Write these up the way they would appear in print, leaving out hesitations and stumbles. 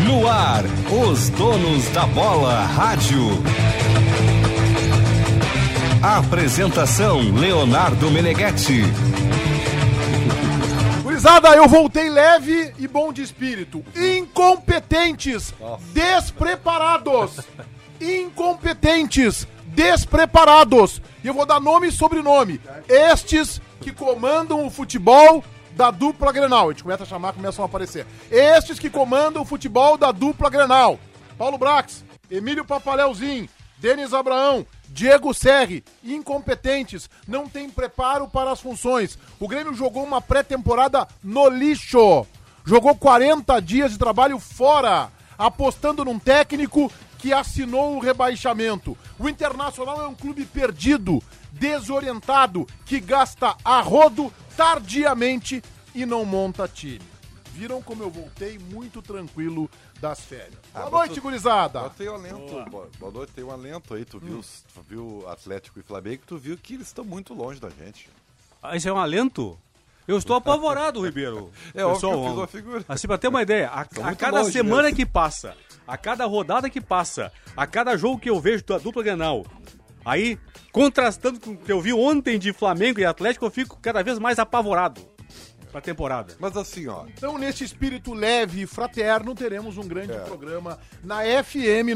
No ar, os donos da bola rádio. Apresentação, Leonardo Meneghetti. Gurizada, eu voltei leve e bom de espírito. Incompetentes, despreparados. Incompetentes, despreparados. E eu vou dar nome e sobrenome. Estes que comandam o futebol da dupla Grenal. A gente começa a chamar, começam a aparecer. Estes que comandam o futebol da dupla Grenal. Paulo Brax, Emílio Papaleuzinho, Denis Abraão, Diego Serri, incompetentes, não tem preparo para as funções. O Grêmio jogou uma pré-temporada no lixo. Jogou 40 dias de trabalho fora, apostando num técnico que assinou o rebaixamento. O Internacional é um clube perdido, desorientado, que gasta a rodo tardiamente e não monta time. Viram como eu voltei muito tranquilo das férias. Boa noite, gurizada. Eu tenho alento, boa noite, tem um alento aí. Tu viu Atlético e Flamengo, tu viu que eles estão muito longe da gente. Ah, isso é um alento? Eu estou apavorado, Ribeiro. É óbvio que eu fiz uma figura. Assim, pra ter uma ideia, a cada semana que passa, a cada rodada que passa, a cada jogo que eu vejo da dupla Grenal, aí, contrastando com o que eu vi ontem de Flamengo e Atlético, eu fico cada vez mais apavorado pra temporada. Mas assim, ó. Então, nesse espírito leve e fraterno, teremos um grande programa na FM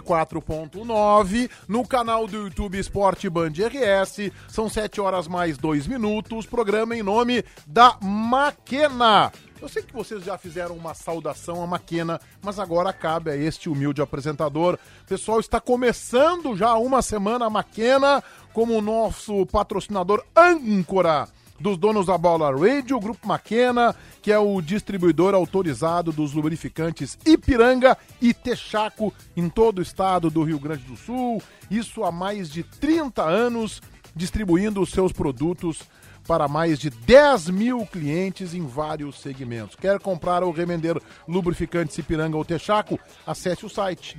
94.9, no canal do YouTube Esporte Band RS. São 7 horas mais 2 minutos. Programa em nome da Maquena. Eu sei que vocês já fizeram uma saudação à Maquena, mas agora cabe a este humilde apresentador. O pessoal está começando já há uma semana a Maquena como o nosso patrocinador âncora dos donos da bola Radio, o Grupo Maquena, que é o distribuidor autorizado dos lubrificantes Ipiranga e Texaco em todo o estado do Rio Grande do Sul. Isso há mais de 30 anos, distribuindo os seus produtos para mais de 10 mil clientes em vários segmentos. Quer comprar ou revender lubrificantes Ipiranga ou Texaco? Acesse o site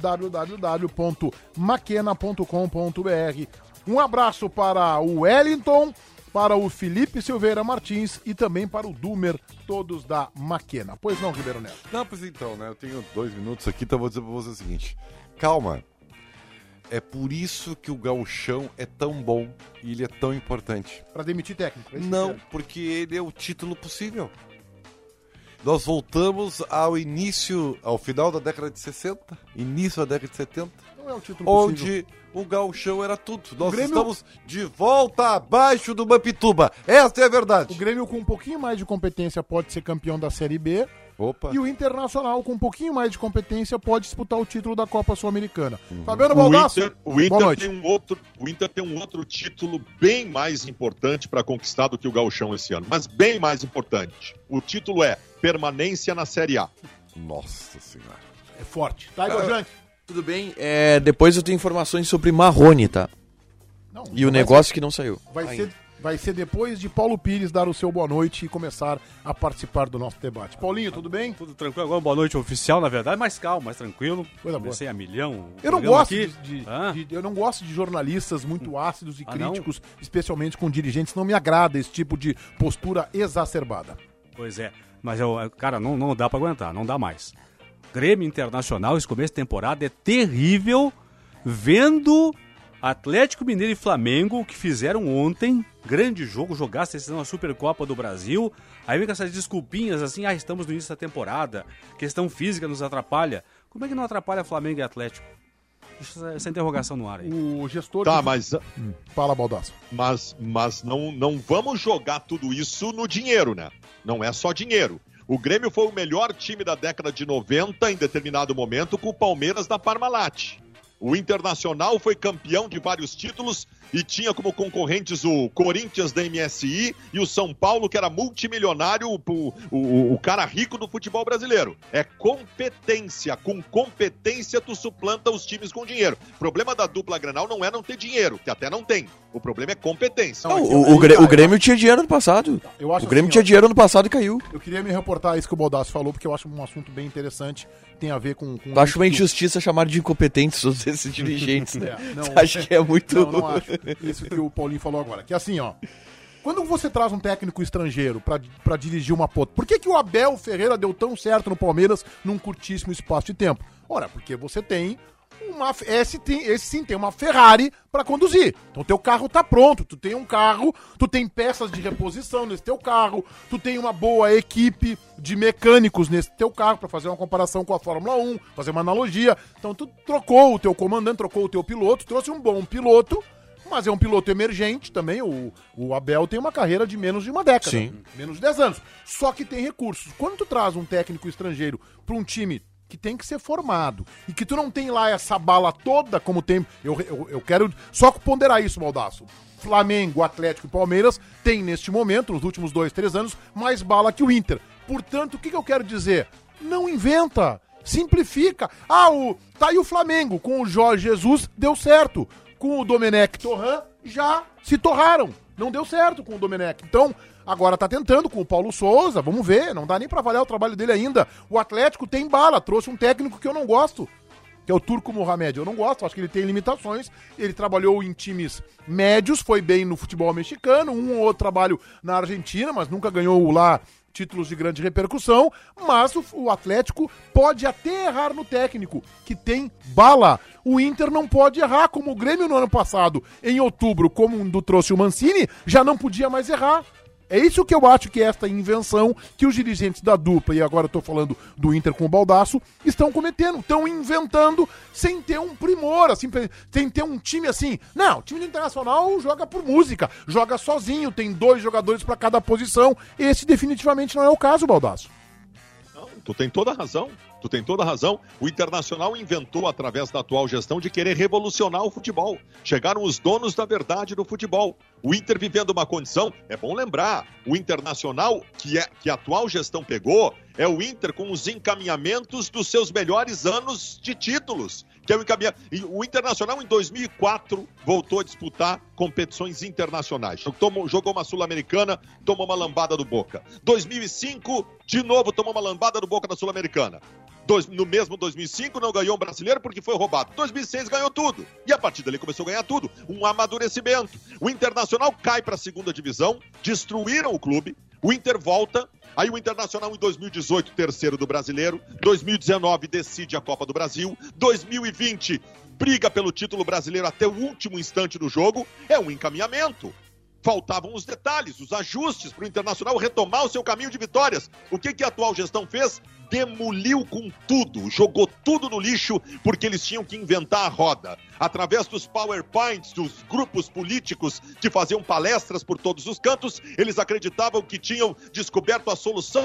www.maquena.com.br. Um abraço para o Wellington, para o Felipe Silveira Martins e também para o Dumer, todos da Maquena. Pois não, Ribeiro Neto? Não, pois então, né? Eu tenho 2 minutos aqui, então vou dizer pra você o seguinte. Calma. É por isso que o gauchão é tão bom e ele é tão importante. Para demitir técnico? Não, porque ele é o título possível. Nós voltamos ao final da década de 60, início da década de 70, não é o título possível, onde o gauchão era tudo. Nós estamos de volta abaixo do Mampituba. Esta é a verdade. O Grêmio com um pouquinho mais de competência pode ser campeão da Série B. Opa. E o Internacional com um pouquinho mais de competência pode disputar o título da Copa Sul-Americana. Fabiano Baldasso, o Inter tem um outro título bem mais importante para conquistar do que o gauchão esse ano, mas bem mais importante. O título é permanência na Série A. Nossa Senhora. É forte. Tá, Igor Jank? Tudo bem, depois eu tenho informações sobre Marrone, tá? Não, e o negócio que não saiu. Vai ser depois de Paulo Pires dar o seu boa noite e começar a participar do nosso debate. Paulinho, tudo bem? Tudo tranquilo, agora boa noite oficial, na verdade, mais calmo, mais tranquilo. Comecei a milhão. Eu não gosto eu não gosto de jornalistas muito ácidos e críticos, especialmente com dirigentes. Não me agrada esse tipo de postura exacerbada. Pois é, mas cara, não dá pra aguentar, não dá mais. Grêmio Internacional, esse começo de temporada é terrível, vendo Atlético Mineiro e Flamengo, que fizeram ontem, grande jogo, jogasse a Supercopa do Brasil, aí vem com essas desculpinhas assim, estamos no início da temporada, questão física nos atrapalha. Como é que não atrapalha Flamengo e Atlético? Deixa essa interrogação no ar aí. O gestor... mas... Fala, Baldasso. Mas não vamos jogar tudo isso no dinheiro, né? Não é só dinheiro. O Grêmio foi o melhor time da década de 90 em determinado momento com o Palmeiras na Parmalat. O Internacional foi campeão de vários títulos e tinha como concorrentes o Corinthians da MSI e o São Paulo, que era multimilionário, o cara rico do futebol brasileiro. É competência. Com competência, tu suplanta os times com dinheiro. O problema da dupla Grenal não é não ter dinheiro, que até não tem. O problema é competência. O Grêmio tinha dinheiro ano passado. O Grêmio tinha dinheiro ano passado e caiu. Eu queria me reportar a isso que o Baldasso falou, porque eu acho um assunto bem interessante. Tem a ver com eu acho uma injustiça chamar de incompetentes todos esses dirigentes, né? Acho que é muito... Não acho. Isso que o Paulinho falou agora. Que assim, ó, Quando você traz um técnico estrangeiro pra dirigir uma ponta, por que o Abel Ferreira deu tão certo no Palmeiras num curtíssimo espaço de tempo? Ora, porque você tem esse sim tem uma Ferrari pra conduzir. Então teu carro tá pronto, tu tem um carro, tu tem peças de reposição nesse teu carro, tu tem uma boa equipe de mecânicos nesse teu carro pra fazer uma comparação com a Fórmula 1, fazer uma analogia. Então tu trocou o teu comandante, trocou o teu piloto, trouxe um bom piloto, mas é um piloto emergente também. O Abel tem uma carreira de menos de uma década, menos de 10 anos. Só que tem recursos. Quando tu traz um técnico estrangeiro pra um time que tem que ser formado, e que tu não tem lá essa bala toda como tem... Eu quero só ponderar isso, Baldasso. Flamengo, Atlético e Palmeiras tem neste momento, nos últimos 2-3 anos, mais bala que o Inter. Portanto, o que eu quero dizer? Não inventa, simplifica. Tá aí o Flamengo, com o Jorge Jesus, deu certo. Com o Domenech Torran, já se torraram. Não deu certo com o Domenech. Então, agora tá tentando com o Paulo Souza, vamos ver, não dá nem pra avaliar o trabalho dele ainda. O Atlético tem bala, trouxe um técnico que eu não gosto, que é o Turco Mohamed. Eu não gosto, acho que ele tem limitações. Ele trabalhou em times médios, foi bem no futebol mexicano, um ou outro trabalho na Argentina, mas nunca ganhou lá títulos de grande repercussão. Mas o Atlético pode até errar no técnico, que tem bala. O Inter não pode errar, como o Grêmio no ano passado, em outubro, como trouxe o Mancini, já não podia mais errar. É isso que eu acho que é esta invenção que os dirigentes da dupla, e agora eu tô falando do Inter com o Baldasso, estão cometendo. Estão inventando sem ter um primor, assim, sem ter um time assim. Não, o time do Internacional joga por música, joga sozinho, tem 2 jogadores para cada posição. Esse definitivamente não é o caso, Baldasso. Não, tu tem toda a razão. Tu tem toda a razão. O Internacional inventou, através da atual gestão, de querer revolucionar o futebol. Chegaram os donos da verdade do futebol. O Inter vivendo uma condição, é bom lembrar, o Internacional que a atual gestão pegou é o Inter com os encaminhamentos dos seus melhores anos de títulos. Que é o Internacional em 2004 voltou a disputar competições internacionais. Jogou uma Sul-Americana, tomou uma lambada do Boca. 2005, de novo tomou uma lambada do Boca da Sul-Americana. No mesmo 2005 não ganhou um brasileiro porque foi roubado. 2006 ganhou tudo. E a partir dali começou a ganhar tudo. Um amadurecimento. O Internacional cai para a segunda divisão, destruíram o clube, o Inter volta, aí o Internacional em 2018, terceiro do brasileiro, 2019 decide a Copa do Brasil, 2020 briga pelo título brasileiro até o último instante do jogo, é um encaminhamento. Faltavam os detalhes, os ajustes para o Internacional retomar o seu caminho de vitórias. O que a atual gestão fez? Demoliu com tudo, jogou tudo no lixo, porque eles tinham que inventar a roda. Através dos PowerPoints, dos grupos políticos que faziam palestras por todos os cantos, eles acreditavam que tinham descoberto a solução.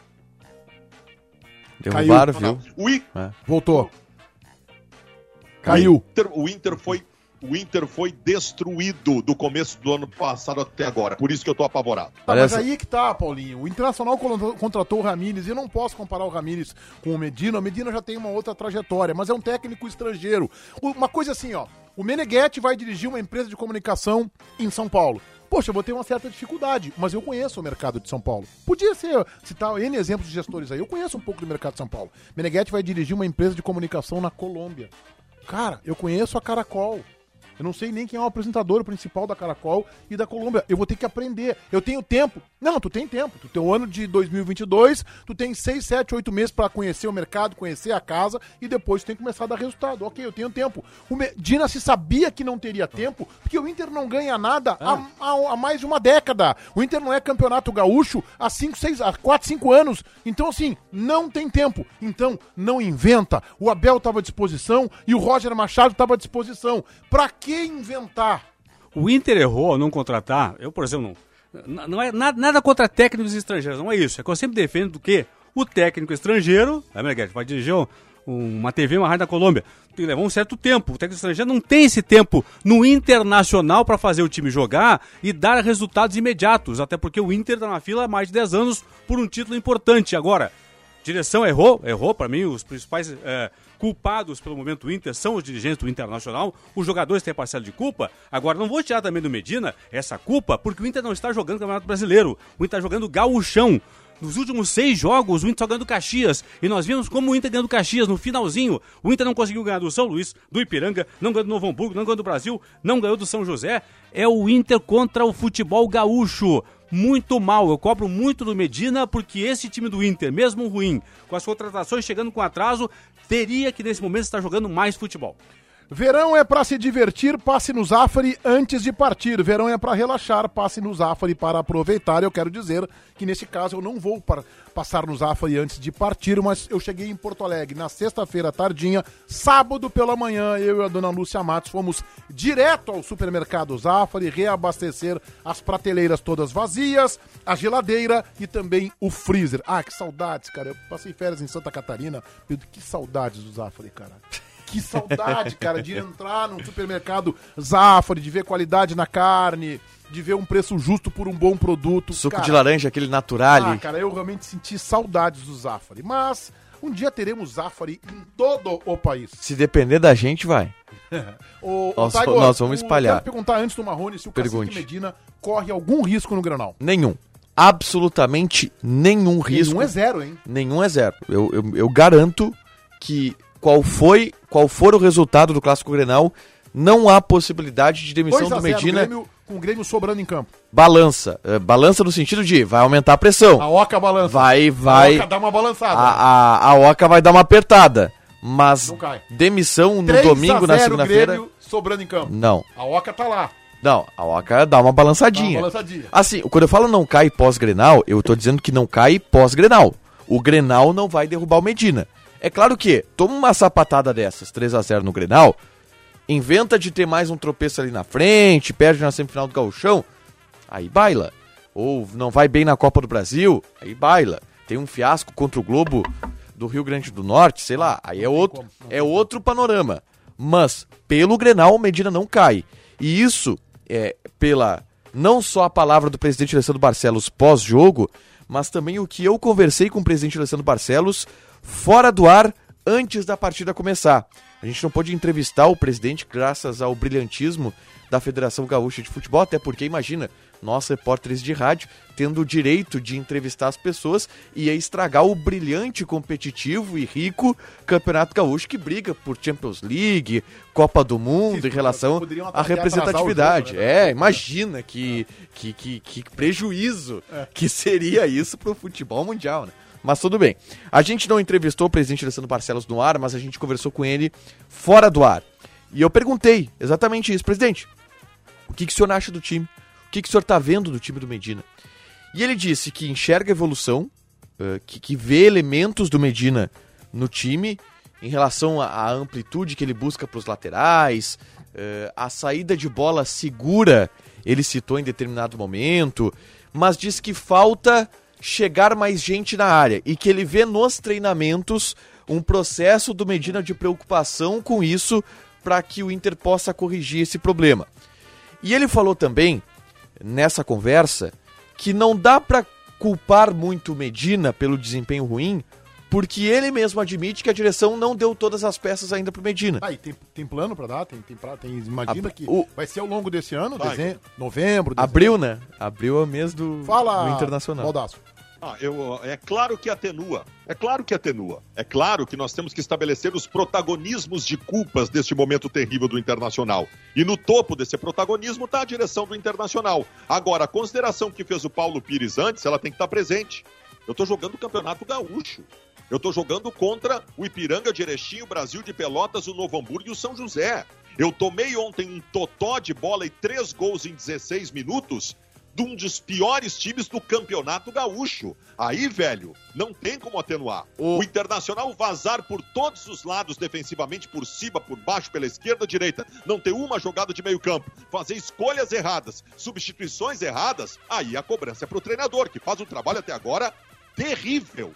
Derrubaram, viu? Voltou. Caiu. O Inter foi destruído do começo do ano passado até agora. Por isso que eu tô apavorado. Tá, mas aí que tá, Paulinho. O Internacional contratou o Ramírez. E eu não posso comparar o Ramírez com o Medina. O Medina já tem uma outra trajetória, mas é um técnico estrangeiro. Uma coisa assim, ó. O Meneghetti vai dirigir uma empresa de comunicação em São Paulo. Poxa, eu vou ter uma certa dificuldade, mas eu conheço o mercado de São Paulo. Podia citar N exemplos de gestores aí. Eu conheço um pouco do mercado de São Paulo. Meneghetti vai dirigir uma empresa de comunicação na Colômbia. Cara, eu conheço a Caracol. Eu não sei nem quem é o apresentador principal da Caracol e da Colômbia. Eu vou ter que aprender. Eu tenho tempo. Não, tu tem tempo. Tu tem o ano de 2022, tu tem 6, 7, 8 meses pra conhecer o mercado, conhecer a casa e depois tu tem que começar a dar resultado. Ok, eu tenho tempo. O Medina se sabia que não teria tempo porque o Inter não ganha nada há mais de uma década. O Inter não é campeonato gaúcho há 4, 5 anos. Então, assim, não tem tempo. Então, não inventa. O Abel estava à disposição e o Roger Machado estava à disposição. Pra que inventar? O Inter errou ao não contratar. Eu, por exemplo, não é nada contra técnicos estrangeiros, não é isso. É que eu sempre defendo que o técnico estrangeiro, vai dirigir uma TV, uma rádio da Colômbia, tem que levar um certo tempo. O técnico estrangeiro não tem esse tempo no Internacional para fazer o time jogar e dar resultados imediatos, até porque o Inter está na fila há mais de 10 anos por um título importante. Agora, direção errou, para mim os principais culpados pelo momento do Inter são os dirigentes do Internacional, os jogadores têm parcela de culpa. Agora, não vou tirar também do Medina essa culpa, porque o Inter não está jogando o Campeonato Brasileiro, o Inter está jogando Gauchão. Nos últimos 6 jogos, o Inter só ganhou do Caxias. E nós vimos como o Inter ganhou do Caxias no finalzinho. O Inter não conseguiu ganhar do São Luís, do Ipiranga, não ganhou do Novo Hamburgo, não ganhou do Brasil, não ganhou do São José. É o Inter contra o futebol gaúcho. Muito mal. Eu cobro muito do Medina porque esse time do Inter, mesmo ruim, com as contratações chegando com atraso, teria que nesse momento estar jogando mais futebol. Verão é pra se divertir, passe no Zafari antes de partir. Verão é pra relaxar, passe no Zafari para aproveitar. Eu quero dizer que nesse caso eu não vou passar no Zafari antes de partir, mas eu cheguei em Porto Alegre na sexta-feira tardinha, sábado pela manhã, eu e a dona Lúcia Matos fomos direto ao supermercado Zafari, reabastecer as prateleiras todas vazias, a geladeira e também o freezer. Ah, que saudades, cara. Eu passei férias em Santa Catarina, que saudades do Zafari, cara. Que saudade, cara, de entrar num supermercado Zafari, de ver qualidade na carne, de ver um preço justo por um bom produto. Suco de laranja, aquele natural. Ah, cara, eu realmente senti saudades do Zafari. Mas um dia teremos Zafari em todo o país. Se depender da gente, vai. Nós vamos espalhar. Eu quero perguntar antes do Marrone se o Cacique Medina corre algum risco no Grenal. Nenhum. Absolutamente nenhum risco. Nenhum é zero, hein? Nenhum é zero. Eu garanto que qual for o resultado do Clássico Grenal, não há possibilidade de demissão do Medina. Com o Grêmio sobrando em campo. Balança. Balança no sentido de vai aumentar a pressão. A Oca balança. Vai. A Oca dá uma balançada. A Oca vai dar uma apertada. Mas demissão no domingo, na segunda-feira. Grêmio sobrando em campo. Não. A Oca tá lá. Não, a Oca dá uma balançadinha. Assim, quando eu falo não cai pós-Grenal, eu tô dizendo que não cai pós-Grenal. O Grenal não vai derrubar o Medina. É claro que, toma uma sapatada dessas, 3-0 no Grenal, inventa de ter mais um tropeço ali na frente, perde na semifinal do Gauchão, aí baila. Ou não vai bem na Copa do Brasil, aí baila. Tem um fiasco contra o Globo do Rio Grande do Norte, sei lá, aí é outro panorama. Mas, pelo Grenal, o Medina não cai. E isso é pela, não só a palavra do presidente Alessandro Barcelos pós-jogo, mas também o que eu conversei com o presidente Alessandro Barcelos fora do ar, antes da partida começar. A gente não pôde entrevistar o presidente graças ao brilhantismo da Federação Gaúcha de Futebol, até porque, imagina, nós repórteres de rádio tendo o direito de entrevistar as pessoas ia estragar o brilhante, competitivo e rico Campeonato Gaúcho que briga por Champions League, Copa do Mundo, em relação à representatividade. Jogo, né? Imagina que prejuízo que seria isso pro futebol mundial, né? Mas tudo bem. A gente não entrevistou o presidente Alessandro Barcelos no ar, mas a gente conversou com ele fora do ar. E eu perguntei exatamente isso. Presidente, o que o senhor acha do time? O que o senhor está vendo do time do Medina? E ele disse que enxerga evolução, que vê elementos do Medina no time, em relação à amplitude que ele busca para os laterais, a saída de bola segura, ele citou em determinado momento, mas diz que falta chegar mais gente na área e que ele vê nos treinamentos um processo do Medina de preocupação com isso para que o Inter possa corrigir esse problema. E ele falou também, nessa conversa, que não dá para culpar muito o Medina pelo desempenho ruim, porque ele mesmo admite que a direção não deu todas as peças ainda pro Medina. E tem plano pra dar? Imagina que vai ser ao longo desse ano, novembro, dezembro. Abril, né? Abril é o mês do Internacional. Baldasso. É claro que atenua. É claro que atenua. É claro que nós temos que estabelecer os protagonismos de culpas deste momento terrível do Internacional. E no topo desse protagonismo está a direção do Internacional. Agora, a consideração que fez o Paulo Pires antes, ela tem que estar presente. Eu estou jogando o Campeonato Gaúcho. Eu estou jogando contra o Ipiranga de Erechim, o Brasil de Pelotas, o Novo Hamburgo e o São José. Eu tomei ontem um totó de bola e 3 gols em 16 minutos de um dos piores times do Campeonato Gaúcho. Aí, velho, não tem como atenuar. O Internacional vazar por todos os lados defensivamente, por cima, por baixo, pela esquerda, direita, não ter uma jogada de meio campo, fazer escolhas erradas, substituições erradas, aí a cobrança é pro treinador, que faz um trabalho até agora terrível.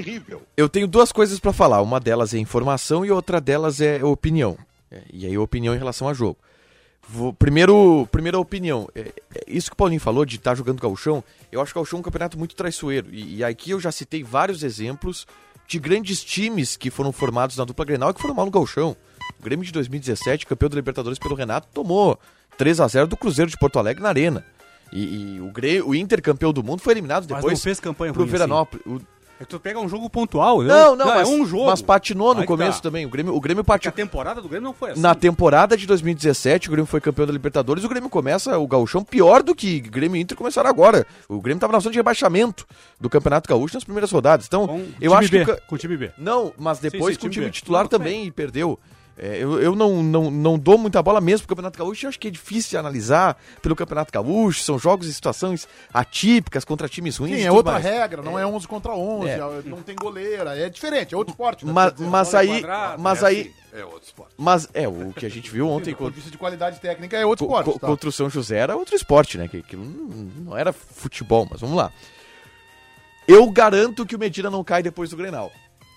Eu tenho 2 coisas pra falar. Uma delas é informação e outra delas é opinião. E aí opinião em relação a jogo. Primeira opinião, isso que o Paulinho falou de estar jogando Gauchão, eu acho que o Gauchão é um campeonato muito traiçoeiro, e aqui eu já citei vários exemplos de grandes times que foram formados na dupla Grenal e que foram mal no Gauchão. O Grêmio de 2017, campeão da Libertadores pelo Renato, tomou 3-0 do Cruzeiro de Porto Alegre na Arena. E o Inter, campeão do mundo, foi eliminado depois. Mas não fez campanha pro ruim Veranópolis. É que tu pega um jogo pontual. Não, mas é um jogo. Mas patinou no Aí começo tá. também. O Grêmio Porque a patinou. temporada do Grêmio não foi assim. Na temporada de 2017, o Grêmio foi campeão da Libertadores. O Grêmio começa o Gauchão pior do que o Grêmio e Inter começaram agora. O Grêmio estava na zona de rebaixamento do Campeonato Gaúcho nas primeiras rodadas. Então, eu acho que... Com o time B. Não, mas depois Sim, com o time B. titular Não, também e perdeu. Eu não dou muita bola mesmo pro Campeonato Gaúcho. Eu acho que é difícil de analisar pelo Campeonato Gaúcho. São jogos e situações atípicas contra times ruins. Sim, e é tudo outra mais. regra, não é 11 contra 11, não tem goleira, é diferente, é outro esporte. né? Mas aí... Mas aí... É outro esporte. Mas o que a gente viu ontem Do ponto de vista de qualidade técnica é outro esporte. tá? contra o São José era outro esporte, né? Que não era futebol, mas vamos lá. Eu garanto que o Medina não cai depois do Grenal.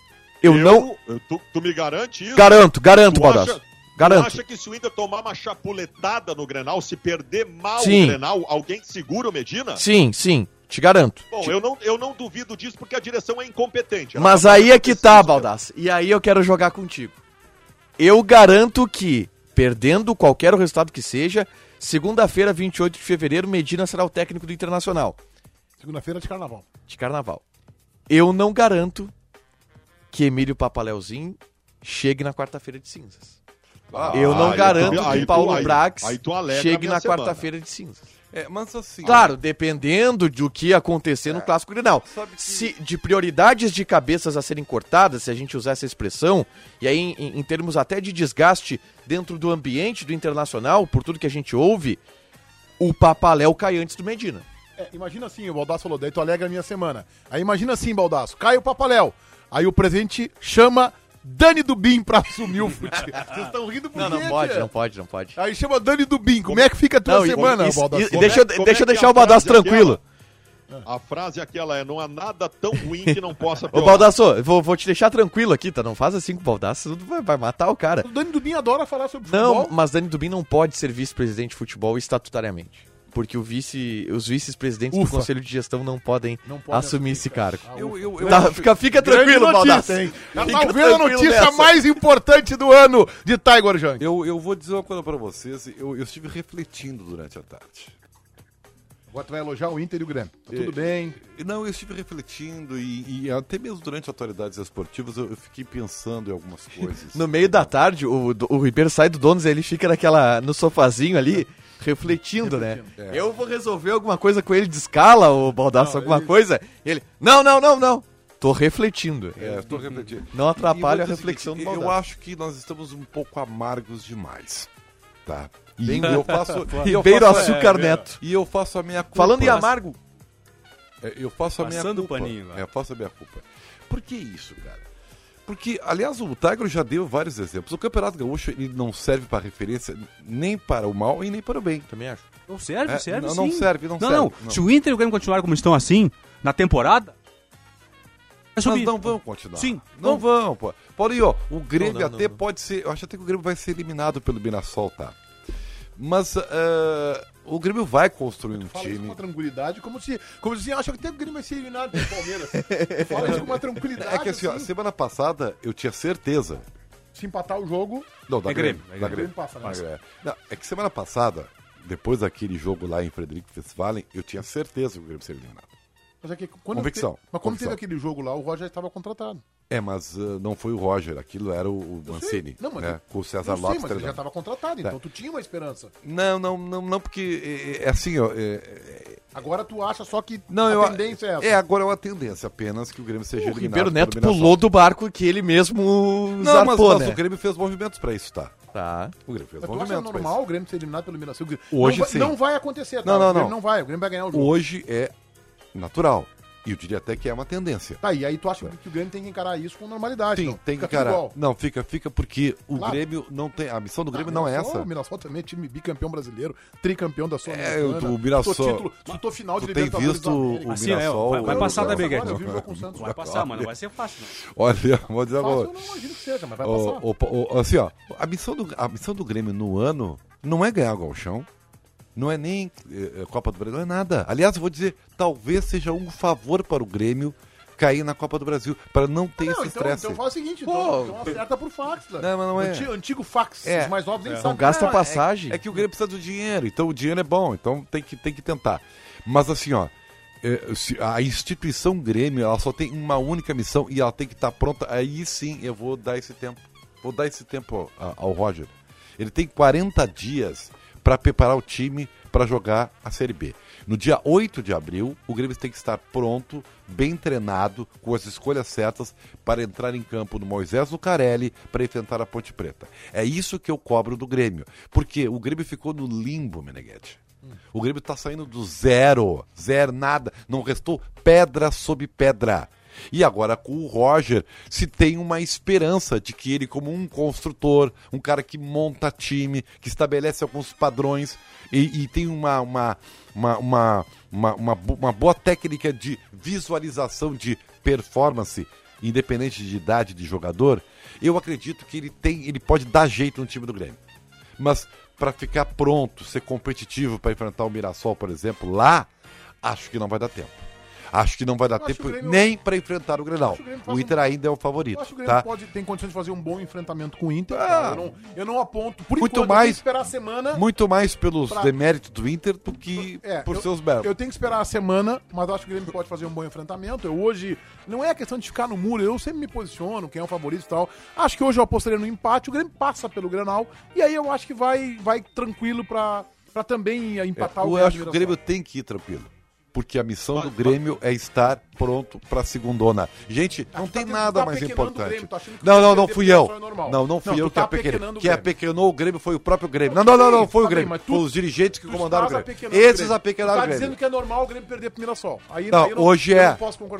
Tu me garante isso? Garanto, Tu Baldasso. Tu Garanto. acha que se o Inter tomar uma chapuletada no Grenal, se perder mal Sim. o Grenal, alguém segura o Medina? Sim, te garanto. Bom, eu não duvido disso porque a direção é incompetente. Ela Mas tá aí é que tá, fazendo Baldasso. E aí eu quero jogar contigo. Eu garanto que, perdendo qualquer resultado que seja, segunda-feira, 28 de fevereiro, Medina será o técnico do Internacional. Segunda-feira de carnaval. De carnaval. Eu não garanto que Emílio Papaléuzinho chegue na quarta-feira de cinzas. Eu não garanto que Paulo Brax chegue na quarta-feira de cinzas. Mas assim... Claro, dependendo do que acontecer no Clássico Grenal. Se de prioridades de cabeças a serem cortadas, se a gente usar essa expressão, e aí em termos até de desgaste dentro do ambiente do Internacional, por tudo que a gente ouve, o Papaléu cai antes do Medina. Imagina assim, o Baldasso falou, daí tu alegra a minha semana. Aí imagina assim, Baldasso, cai o Papaléu. Aí o presidente chama Dani Dubin pra assumir o futebol. Vocês estão rindo por quê, Não pode. Aí chama Dani Dubin. Como é que fica a tua semana, Baldasso? Deixa eu deixar o Baldasso tranquilo. A frase aquela não há nada tão ruim que não possa Ô, piorar. Baldasso, eu vou te deixar tranquilo aqui, tá? Não faz assim com o Baldasso, vai matar o cara. O Dani Dubin adora falar sobre futebol. Não, mas Dani Dubin não pode ser vice-presidente de futebol estatutariamente. Porque os vice-presidentes do Conselho de Gestão não podem assumir esse cargo. Fica tranquilo, Baldasso. Talvez a notícia mais importante do ano de Tiger Junk. Eu vou dizer uma coisa pra vocês. Eu estive refletindo durante a tarde. Agora tu vai elogiar o Inter e o Grêmio. Tá tudo bem. Não, eu estive refletindo e até mesmo durante atualidades esportivas eu fiquei pensando em algumas coisas. No meio da tarde, o Ribeiro sai do Donos e ele fica no sofazinho ali, refletindo, né? Eu vou resolver alguma coisa com ele de escala, o Baldasso, alguma coisa. E ele, não. Tô refletindo. Tô refletindo. Não atrapalha a reflexão do Baldasso. Eu acho que nós estamos um pouco amargos demais, tá? Ribeiro Açúcar Neto. E eu faço a minha culpa. Falando em amargo. Eu faço a minha culpa. Passando o paninho. Eu faço a minha culpa. Por que isso, cara? Porque, aliás, o Tiger já deu vários exemplos. O Campeonato Gaúcho ele não serve para referência nem para o mal e nem para o bem. Também acho. Não serve, serve sim. Não serve. Não. Se o Inter e o Grêmio continuarem como estão assim, na temporada... Mas não vão continuar. Sim. Não vão, pô. Paulinho, o Grêmio até pode ser... Eu acho até que o Grêmio vai ser eliminado pelo Mirassol, tá? Mas o Grêmio vai construir um Fala time. isso com uma tranquilidade, como se acha que até o Grêmio vai ser eliminado pelo Palmeiras. Fala isso com uma tranquilidade. É que assim, ó, semana passada eu tinha certeza. Se empatar o jogo... Não, da Grêmio. Da Grêmio passa, né? Não, é que semana passada, depois daquele jogo lá em Frederico Westphalen, eu tinha certeza que o Grêmio seria eliminado. Mas é que quando Convicção. Mas quando teve aquele jogo lá, o Roger já estava contratado. Mas não foi o Roger, aquilo era o Mancini, não, mas né? Com o César sei, Lopes. mas ele já estava contratado, então tu tinha uma esperança. Não, porque é assim, ó... Agora tu acha só que a tendência é essa. Agora é uma tendência apenas que o Grêmio seja eliminado. O Ribeiro Neto pulou do barco que ele mesmo zarpou, mas o Grêmio fez movimentos pra isso, tá? Tá. O Grêmio fez Mas tu movimentos acha normal o Grêmio ser eliminado pelo Mirassol? Hoje sim. Não vai acontecer, tá? Não. O Grêmio não vai, o Grêmio vai ganhar o jogo. Hoje é natural. E eu diria até que é uma tendência. Tá, e aí tu acha que o Grêmio tem que encarar isso com normalidade? Sim, então. tem que Fica tudo encarar. igual. Não, fica porque o Claro. Grêmio não tem... A missão do Grêmio não é essa. O Mirassol também é time bicampeão brasileiro, tricampeão da sua o Mirassol... Disputou final de Tu tem Libertadores visto da o América. Assim, Mirassol... vai passar da Beguete. Agora, eu vi o jogo com o Santos. Vai passar, mas não vai ser fácil, não. Olha, vou dizer agora... Fácil, eu não imagino que seja, mas vai passar. Assim, ó, a missão do Grêmio no ano não é ganhar o Gauchão, não é nem Copa do Brasil, não é nada. Aliás, eu vou dizer, talvez seja um favor para o Grêmio cair na Copa do Brasil, para não ter esse estresse. Então faz o seguinte, então acerta por fax. Não, mas não é. Antigo fax, os mais novos nem Não sabem. gasta passagem. É que o Grêmio precisa do dinheiro, então o dinheiro é bom, então tem que tentar. Mas assim, ó, a instituição Grêmio, ela só tem uma única missão e ela tem que estar pronta. Aí sim eu vou dar esse tempo. Vou dar esse tempo ao Roger. Ele tem 40 dias para preparar o time para jogar a Série B. No dia 8 de abril, o Grêmio tem que estar pronto, bem treinado, com as escolhas certas para entrar em campo no Moisés Lucarelli para enfrentar a Ponte Preta. É isso que eu cobro do Grêmio. Porque o Grêmio ficou no limbo, Meneghetti. O Grêmio está saindo do zero, nada. Não restou pedra sobre pedra. E agora com o Roger se tem uma esperança de que ele, como um construtor, um cara que monta time, que estabelece alguns padrões e tem uma boa técnica de visualização de performance, independente de idade de jogador, eu acredito que ele pode dar jeito no time do Grêmio. Mas para ficar pronto, ser competitivo para enfrentar o Mirassol, por exemplo, lá, acho que não vai dar tempo. Acho que não vai dar tempo nem para enfrentar o Grenal. O Inter ainda é o favorito. Eu acho que o Grêmio tem condições de fazer um bom enfrentamento com o Inter. Eu não aponto. Por enquanto, eu tenho que esperar a semana. Muito mais pelos deméritos do Inter do que por seus méritos. Eu tenho que esperar a semana, mas acho que o Grêmio pode fazer um bom enfrentamento. Hoje, não é questão de ficar no muro. Eu sempre me posiciono, quem é o favorito e tal. Acho que hoje eu apostaria no empate. O Grêmio passa pelo Grenal. E aí eu acho que vai tranquilo para também empatar o Grêmio. Eu acho que o Grêmio tem que ir tranquilo. Porque a missão do Grêmio é estar pronto pra segundona. Gente, não tem nada mais importante. Não fui eu. Não fui eu que apequenou. Quem apequenou o Grêmio foi o próprio Grêmio. Não foi o Grêmio. Foi os dirigentes que comandaram o Grêmio. Esses apequenaram o Grêmio. Tá dizendo que é normal o Grêmio perder pro Mirassol. Hoje é.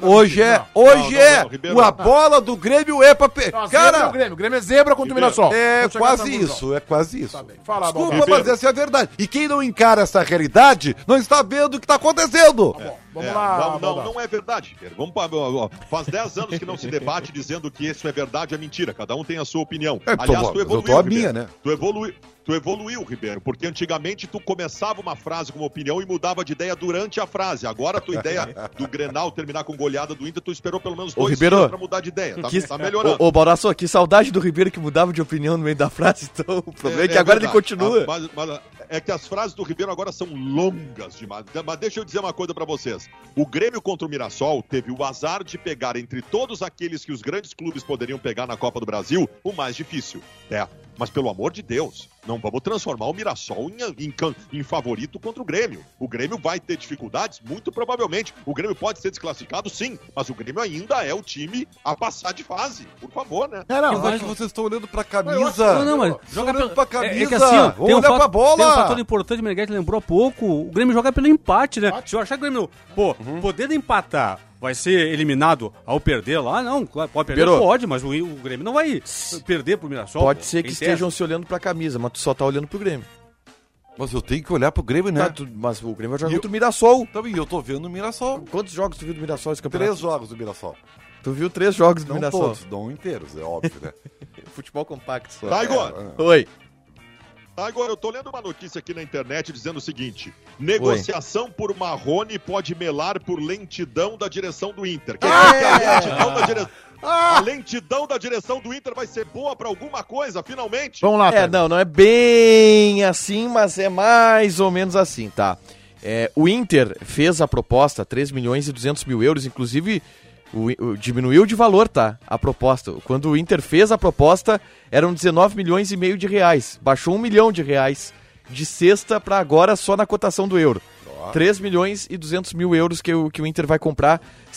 A bola do Grêmio é pra... Cara, o Grêmio é zebra contra o Mirassol. É quase isso. Desculpa, mas essa é a verdade. E quem não encara essa realidade não está vendo o que está acontecendo. Vamos lá. Não é verdade, Ribeiro. Faz 10 anos que não se debate dizendo que isso é verdade, é mentira. Cada um tem a sua opinião. Aliás, tu evoluiu, a minha, né? Tu evoluiu, Ribeiro, porque antigamente tu começava uma frase com uma opinião e mudava de ideia durante a frase. Agora a tua ideia do Grenal terminar com goleada do Inter, tu esperou pelo menos 2 dias pra mudar de ideia. Tá melhorando. Ô, Boraço, que saudade do Ribeiro que mudava de opinião no meio da frase. Então, o problema é que agora verdade. Ele continua. Mas é que as frases do Ribeiro agora são longas demais. Mas deixa eu dizer uma coisa pra vocês. O Grêmio contra o Mirassol teve o azar de pegar entre todos aqueles que os grandes clubes poderiam pegar na Copa do Brasil, o mais difícil. Mas pelo amor de Deus, não vamos transformar o Mirassol em favorito contra o Grêmio. O Grêmio vai ter dificuldades? Muito provavelmente. O Grêmio pode ser desclassificado? Sim. Mas o Grêmio ainda é o time a passar de fase. Por favor, né? Eu acho que vocês estão olhando pra camisa. Mas joga pra camisa. É que assim, olha pra bola. Tem um fator importante, o Meneghetti lembrou há pouco. O Grêmio joga pelo empate, né? Se eu achar que o Grêmio, podendo empatar, vai ser eliminado ao perder lá? Não, pode perder, pode, mas o Grêmio não vai perder pro Mirassol. Pode ser que estejam se olhando pra camisa, mas tu só tá olhando pro Grêmio. Mas eu tenho que olhar pro Grêmio, né? Mas o Grêmio vai jogar contra o Mirassol. Também, eu tô vendo o Mirassol. Quantos jogos tu viu do Mirassol esse campeonato? 3 jogos do Mirassol. Tu viu 3 jogos do Mirassol? Todos, não inteiros, é óbvio, né? Futebol compacto só. Tá, Igor. Oi. Agora, eu tô lendo uma notícia aqui na internet dizendo o seguinte: negociação por Marrone pode melar por lentidão da direção do Inter. Quer dizer que a lentidão da direção do Inter vai ser boa pra alguma coisa, finalmente? Vamos lá, não é bem assim, mas é mais ou menos assim, tá? O Inter fez a proposta, 3 milhões e 200 mil euros, inclusive diminuiu de valor, tá? A proposta. Quando o Inter fez a proposta, eram 19 milhões e meio de reais. Baixou 1 milhão de reais de sexta para agora só na cotação do euro. 3 milhões e 200 mil euros que o Inter vai comprar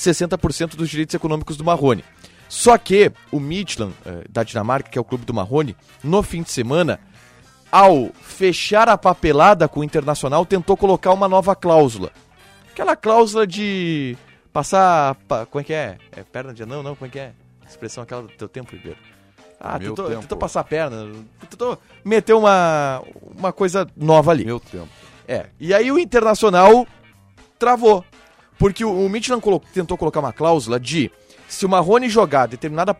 60% dos direitos econômicos do Marrone. Só que o Midtjylland, da Dinamarca, que é o clube do Marrone, no fim de semana, ao fechar a papelada com o Internacional, tentou colocar uma nova cláusula. Aquela cláusula de passar... Como é que é? É perna de anão? Não, como é que é? Expressão aquela do teu tempo, Ribeiro. Tentou passar a perna, tentou meter uma coisa nova ali. Meu tempo. E aí o Internacional travou. Porque o Midtjylland tentou colocar uma cláusula de... Se o Marrone jogar determinado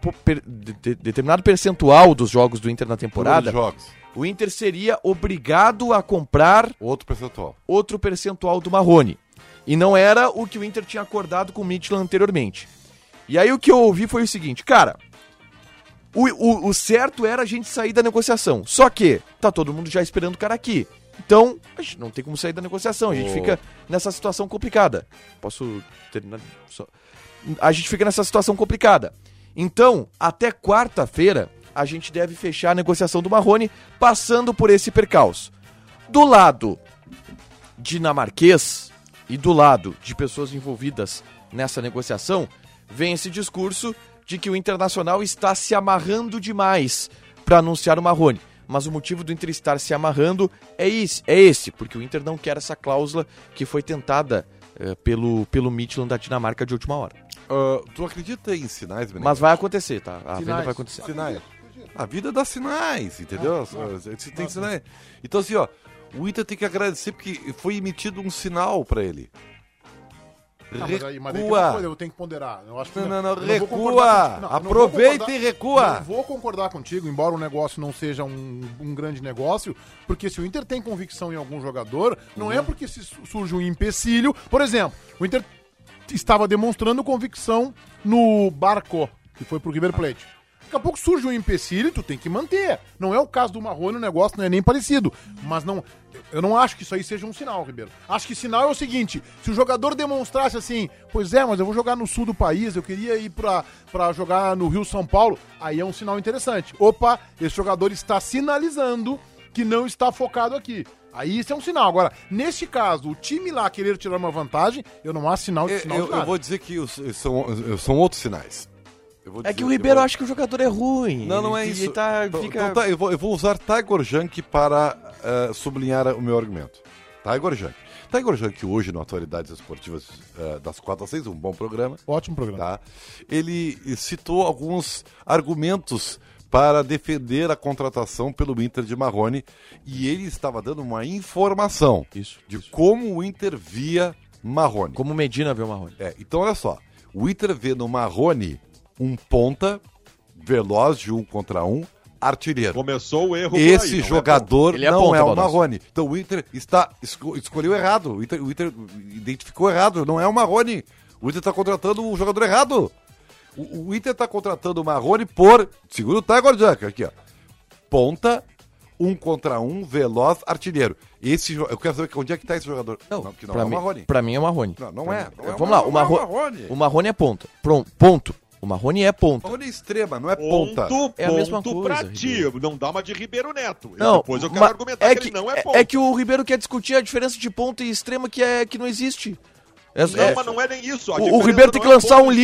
percentual dos jogos do Inter na temporada, o Inter seria obrigado a comprar outro percentual do Marrone. E não era o que o Inter tinha acordado com o Midtjylland anteriormente. E aí o que eu ouvi foi o seguinte, cara, o certo era a gente sair da negociação. Só que tá todo mundo já esperando o cara aqui. Então, a gente não tem como sair da negociação. A gente fica nessa situação complicada. Posso terminar? A gente fica nessa situação complicada. Então, até quarta-feira, a gente deve fechar a negociação do Marrone, passando por esse percalço. Do lado dinamarquês e do lado de pessoas envolvidas nessa negociação, vem esse discurso de que o Internacional está se amarrando demais para anunciar o Marrone. Mas o motivo do Inter estar se amarrando é esse, porque o Inter não quer essa cláusula que foi tentada pelo Midtjylland da Dinamarca de última hora. Tu acredita em sinais, Benedito? Mas vai acontecer, tá? A venda vai acontecer. Sinais. A vida dá sinais, entendeu? Tem sinais. Então, assim, ó, o Inter tem que agradecer porque foi emitido um sinal pra ele. Mas aí tem uma coisa, eu tenho que ponderar. Eu acho que não, recua! Aproveita e recua! Não vou concordar contigo, embora o negócio não seja um grande negócio, porque se o Inter tem convicção em algum jogador, não é porque surge um empecilho. Por exemplo, o Inter estava demonstrando convicção no Barco, que foi pro River Plate. Daqui a pouco surge um empecilho e tu tem que manter. Não é o caso do Marrone, o negócio não é nem parecido. Mas não, eu não acho que isso aí seja um sinal, Ribeiro. Acho que sinal é o seguinte, se o jogador demonstrasse assim, pois é, mas eu vou jogar no sul do país, eu queria ir pra jogar no Rio São Paulo, aí é um sinal interessante. Opa, esse jogador está sinalizando que não está focado aqui. Aí isso é um sinal. Agora, neste caso, o time lá querer tirar uma vantagem, eu não acho sinal de nada. Eu vou dizer que são outros sinais. Que o Ribeiro acha que o jogador é ruim. Não é isso. Fica... Então, eu vou usar Taigor Jank para sublinhar o meu argumento. Taigor Jank, hoje no Atualidades Esportivas das 4 às 6, um bom programa. Ótimo programa. Tá? Ele citou alguns argumentos para defender a contratação pelo Inter de Marrone e ele estava dando uma informação de como o Inter via Marrone. Como o Medina vê o Marrone. Então, olha só. O Inter vê no Marrone um ponta, veloz de 1 contra 1, artilheiro. Começou o erro. Esse jogador não é o Marrone. Então o Inter escolheu errado. O Inter identificou errado. Não é o Marrone. O Inter está contratando o jogador errado. O Inter está contratando o Marrone por, segundo o Taigor Jank, aqui ó, ponta, 1 contra 1, veloz, artilheiro. Eu quero saber onde é que está esse jogador. Não é o Marrone. Pra mim é o Marrone. Não é. Vamos lá, o Marrone é ponta. Ponto. O Marrone é ponta. O Marrone é extrema, não é ponta. É a mesma coisa, pra ti, não dá uma de Ribeiro Neto. Não, depois eu quero argumentar que ele não é ponta. É que o Ribeiro quer discutir a diferença de ponta e extrema que não existe. Mas não é nem isso. O Ribeiro tem que lançar um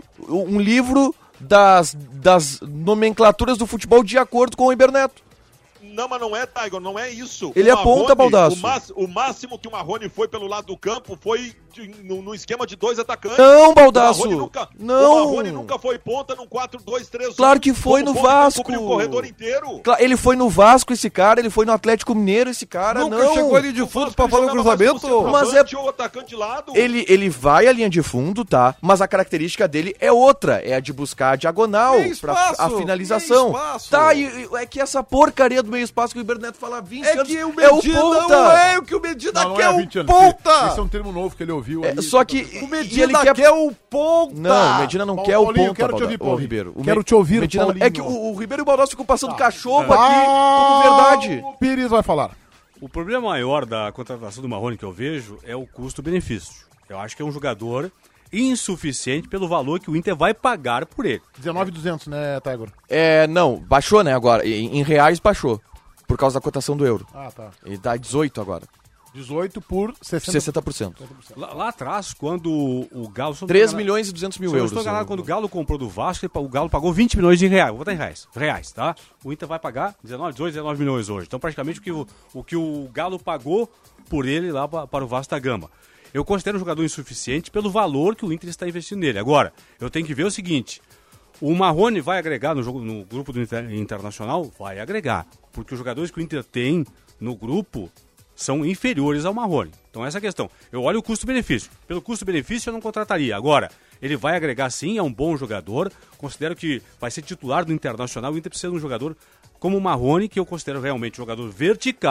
livro das nomenclaturas do futebol de acordo com o Ribeiro Neto. Não, mas não é, Taigor, não é isso. Ele aponta, Baldasso. O máximo que o Marrone foi pelo lado do campo foi no esquema de 2 atacantes. Não, Baldasso. O Marrone nunca foi ponta num 4-2-3-1. Claro que foi no Vasco. Cobriu o corredor inteiro. Ele foi no Vasco, esse cara. Ele foi no Atlético Mineiro, esse cara. Nunca chegou ali de fundo pra fazer o cruzamento. Mas é o atacante de lado. Ele vai à linha de fundo, tá? Mas a característica dele é outra. É a de buscar a diagonal pra a finalização. Tá, e é que essa porcaria do meio espaço que o Ribeiro Neto fala há 20 anos que o Medina não é o que o Medina quer, o ponta! Esse é um termo novo que ele ouviu aí. Só que o Medina quer o ponta! Não, o Medina não quer o ponta, quero te ouvir, Paulinho. Ribeiro. Quero te ouvir, Paulinho. É que o Ribeiro e o Baldasso ficam passando cachorro aqui como verdade. O Pires vai falar. O problema maior da contratação do Marrone que eu vejo é o custo-benefício. Eu acho que é um jogador insuficiente pelo valor que o Inter vai pagar por ele. 19.200, né, Taigor? Não, baixou, né, agora. Em reais baixou. Por causa da cotação do euro. Tá. E dá 18 agora. 18 por 60%. Lá atrás, quando o Galo... 3 milhões e 200 mil euros. Eu estou enganado, quando o Galo comprou do Vasco, o Galo pagou 20 milhões de reais. Vou botar em reais, tá? O Inter vai pagar 19 milhões hoje. Então, praticamente, o que o Galo pagou por ele lá para o Vasco da Gama. Eu considero um jogador insuficiente pelo valor que o Inter está investindo nele. Agora, eu tenho que ver o seguinte... O Marrone vai agregar no grupo do Internacional? Vai agregar. Porque os jogadores que o Inter tem no grupo são inferiores ao Marrone. Então essa é a questão. Eu olho o custo-benefício. Pelo custo-benefício eu não contrataria. Agora, ele vai agregar sim, é um bom jogador. Considero que vai ser titular do Internacional. O Inter precisa de um jogador como o Marrone, que eu considero realmente um jogador vertical,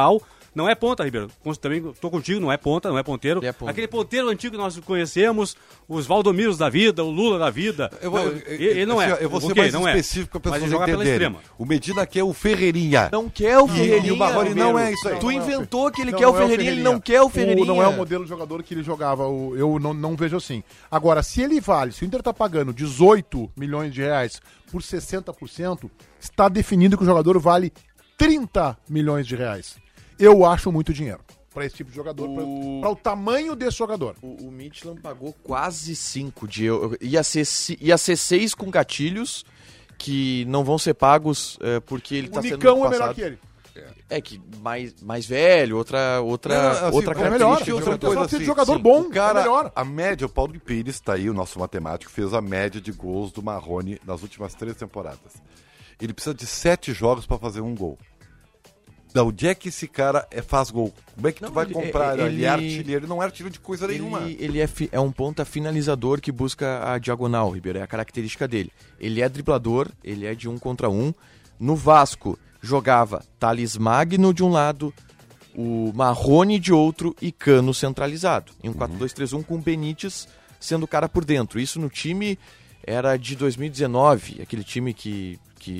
Não é ponta, Ribeiro. Também tô contigo, não é ponta, não é ponteiro. Ele é ponta. Aquele ponteiro antigo que nós conhecemos, os Valdomiros da vida, o Lula da vida. Ele não é. Eu vou ser Ok, mais não é. específico para Mas pessoas ele joga pela entenderem. extrema. O Medina quer o Ferreirinha. Não quer o Ferreirinha. E o Marrone não é isso aí. Tu inventou que ele Não, quer o não é o Ferreirinha, ele Ferreirinha. não quer o Ferreirinha. Não é o modelo de jogador que ele jogava, eu não vejo assim. Agora, se ele vale, se o Inter tá pagando 18 milhões de reais por 60%, está definido que o jogador vale 30 milhões de reais. Eu acho muito dinheiro para esse tipo de jogador, para o tamanho desse jogador. O Midtjylland pagou quase 5 de euro. Ia ser 6 com gatilhos, que não vão ser pagos porque ele O tá sendo Nicão é passado. melhor que ele. É que mais velho, outra É melhor. característica. Outra coisa coisa assim, jogador sim. bom, O cara, é melhor. a média, o Paulo Pires tá aí, o nosso matemático, fez a média de gols do Marrone nas últimas 3 temporadas. Ele precisa de 7 jogos para fazer um gol. Da onde é que esse cara faz gol? Como é que tu vai comprar? Ele é artilheiro, ele não é artilheiro de coisa nenhuma. Ele é um ponta finalizador que busca a diagonal, Ribeiro. É a característica dele. Ele é driblador, ele é de 1 contra 1. No Vasco, jogava Thales Magno de um lado, o Marrone de outro e Cano centralizado. Em um 4-2-3-1 com o Benítez sendo o cara por dentro. Isso no time era de 2019, aquele time que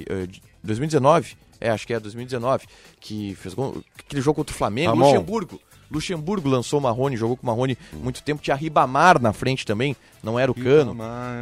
2019, acho que é 2019, que fez aquele jogo contra o Flamengo, Luxemburgo lançou o Marrone, jogou com o Marrone muito tempo, tinha Ribamar na frente também, não era o Cano.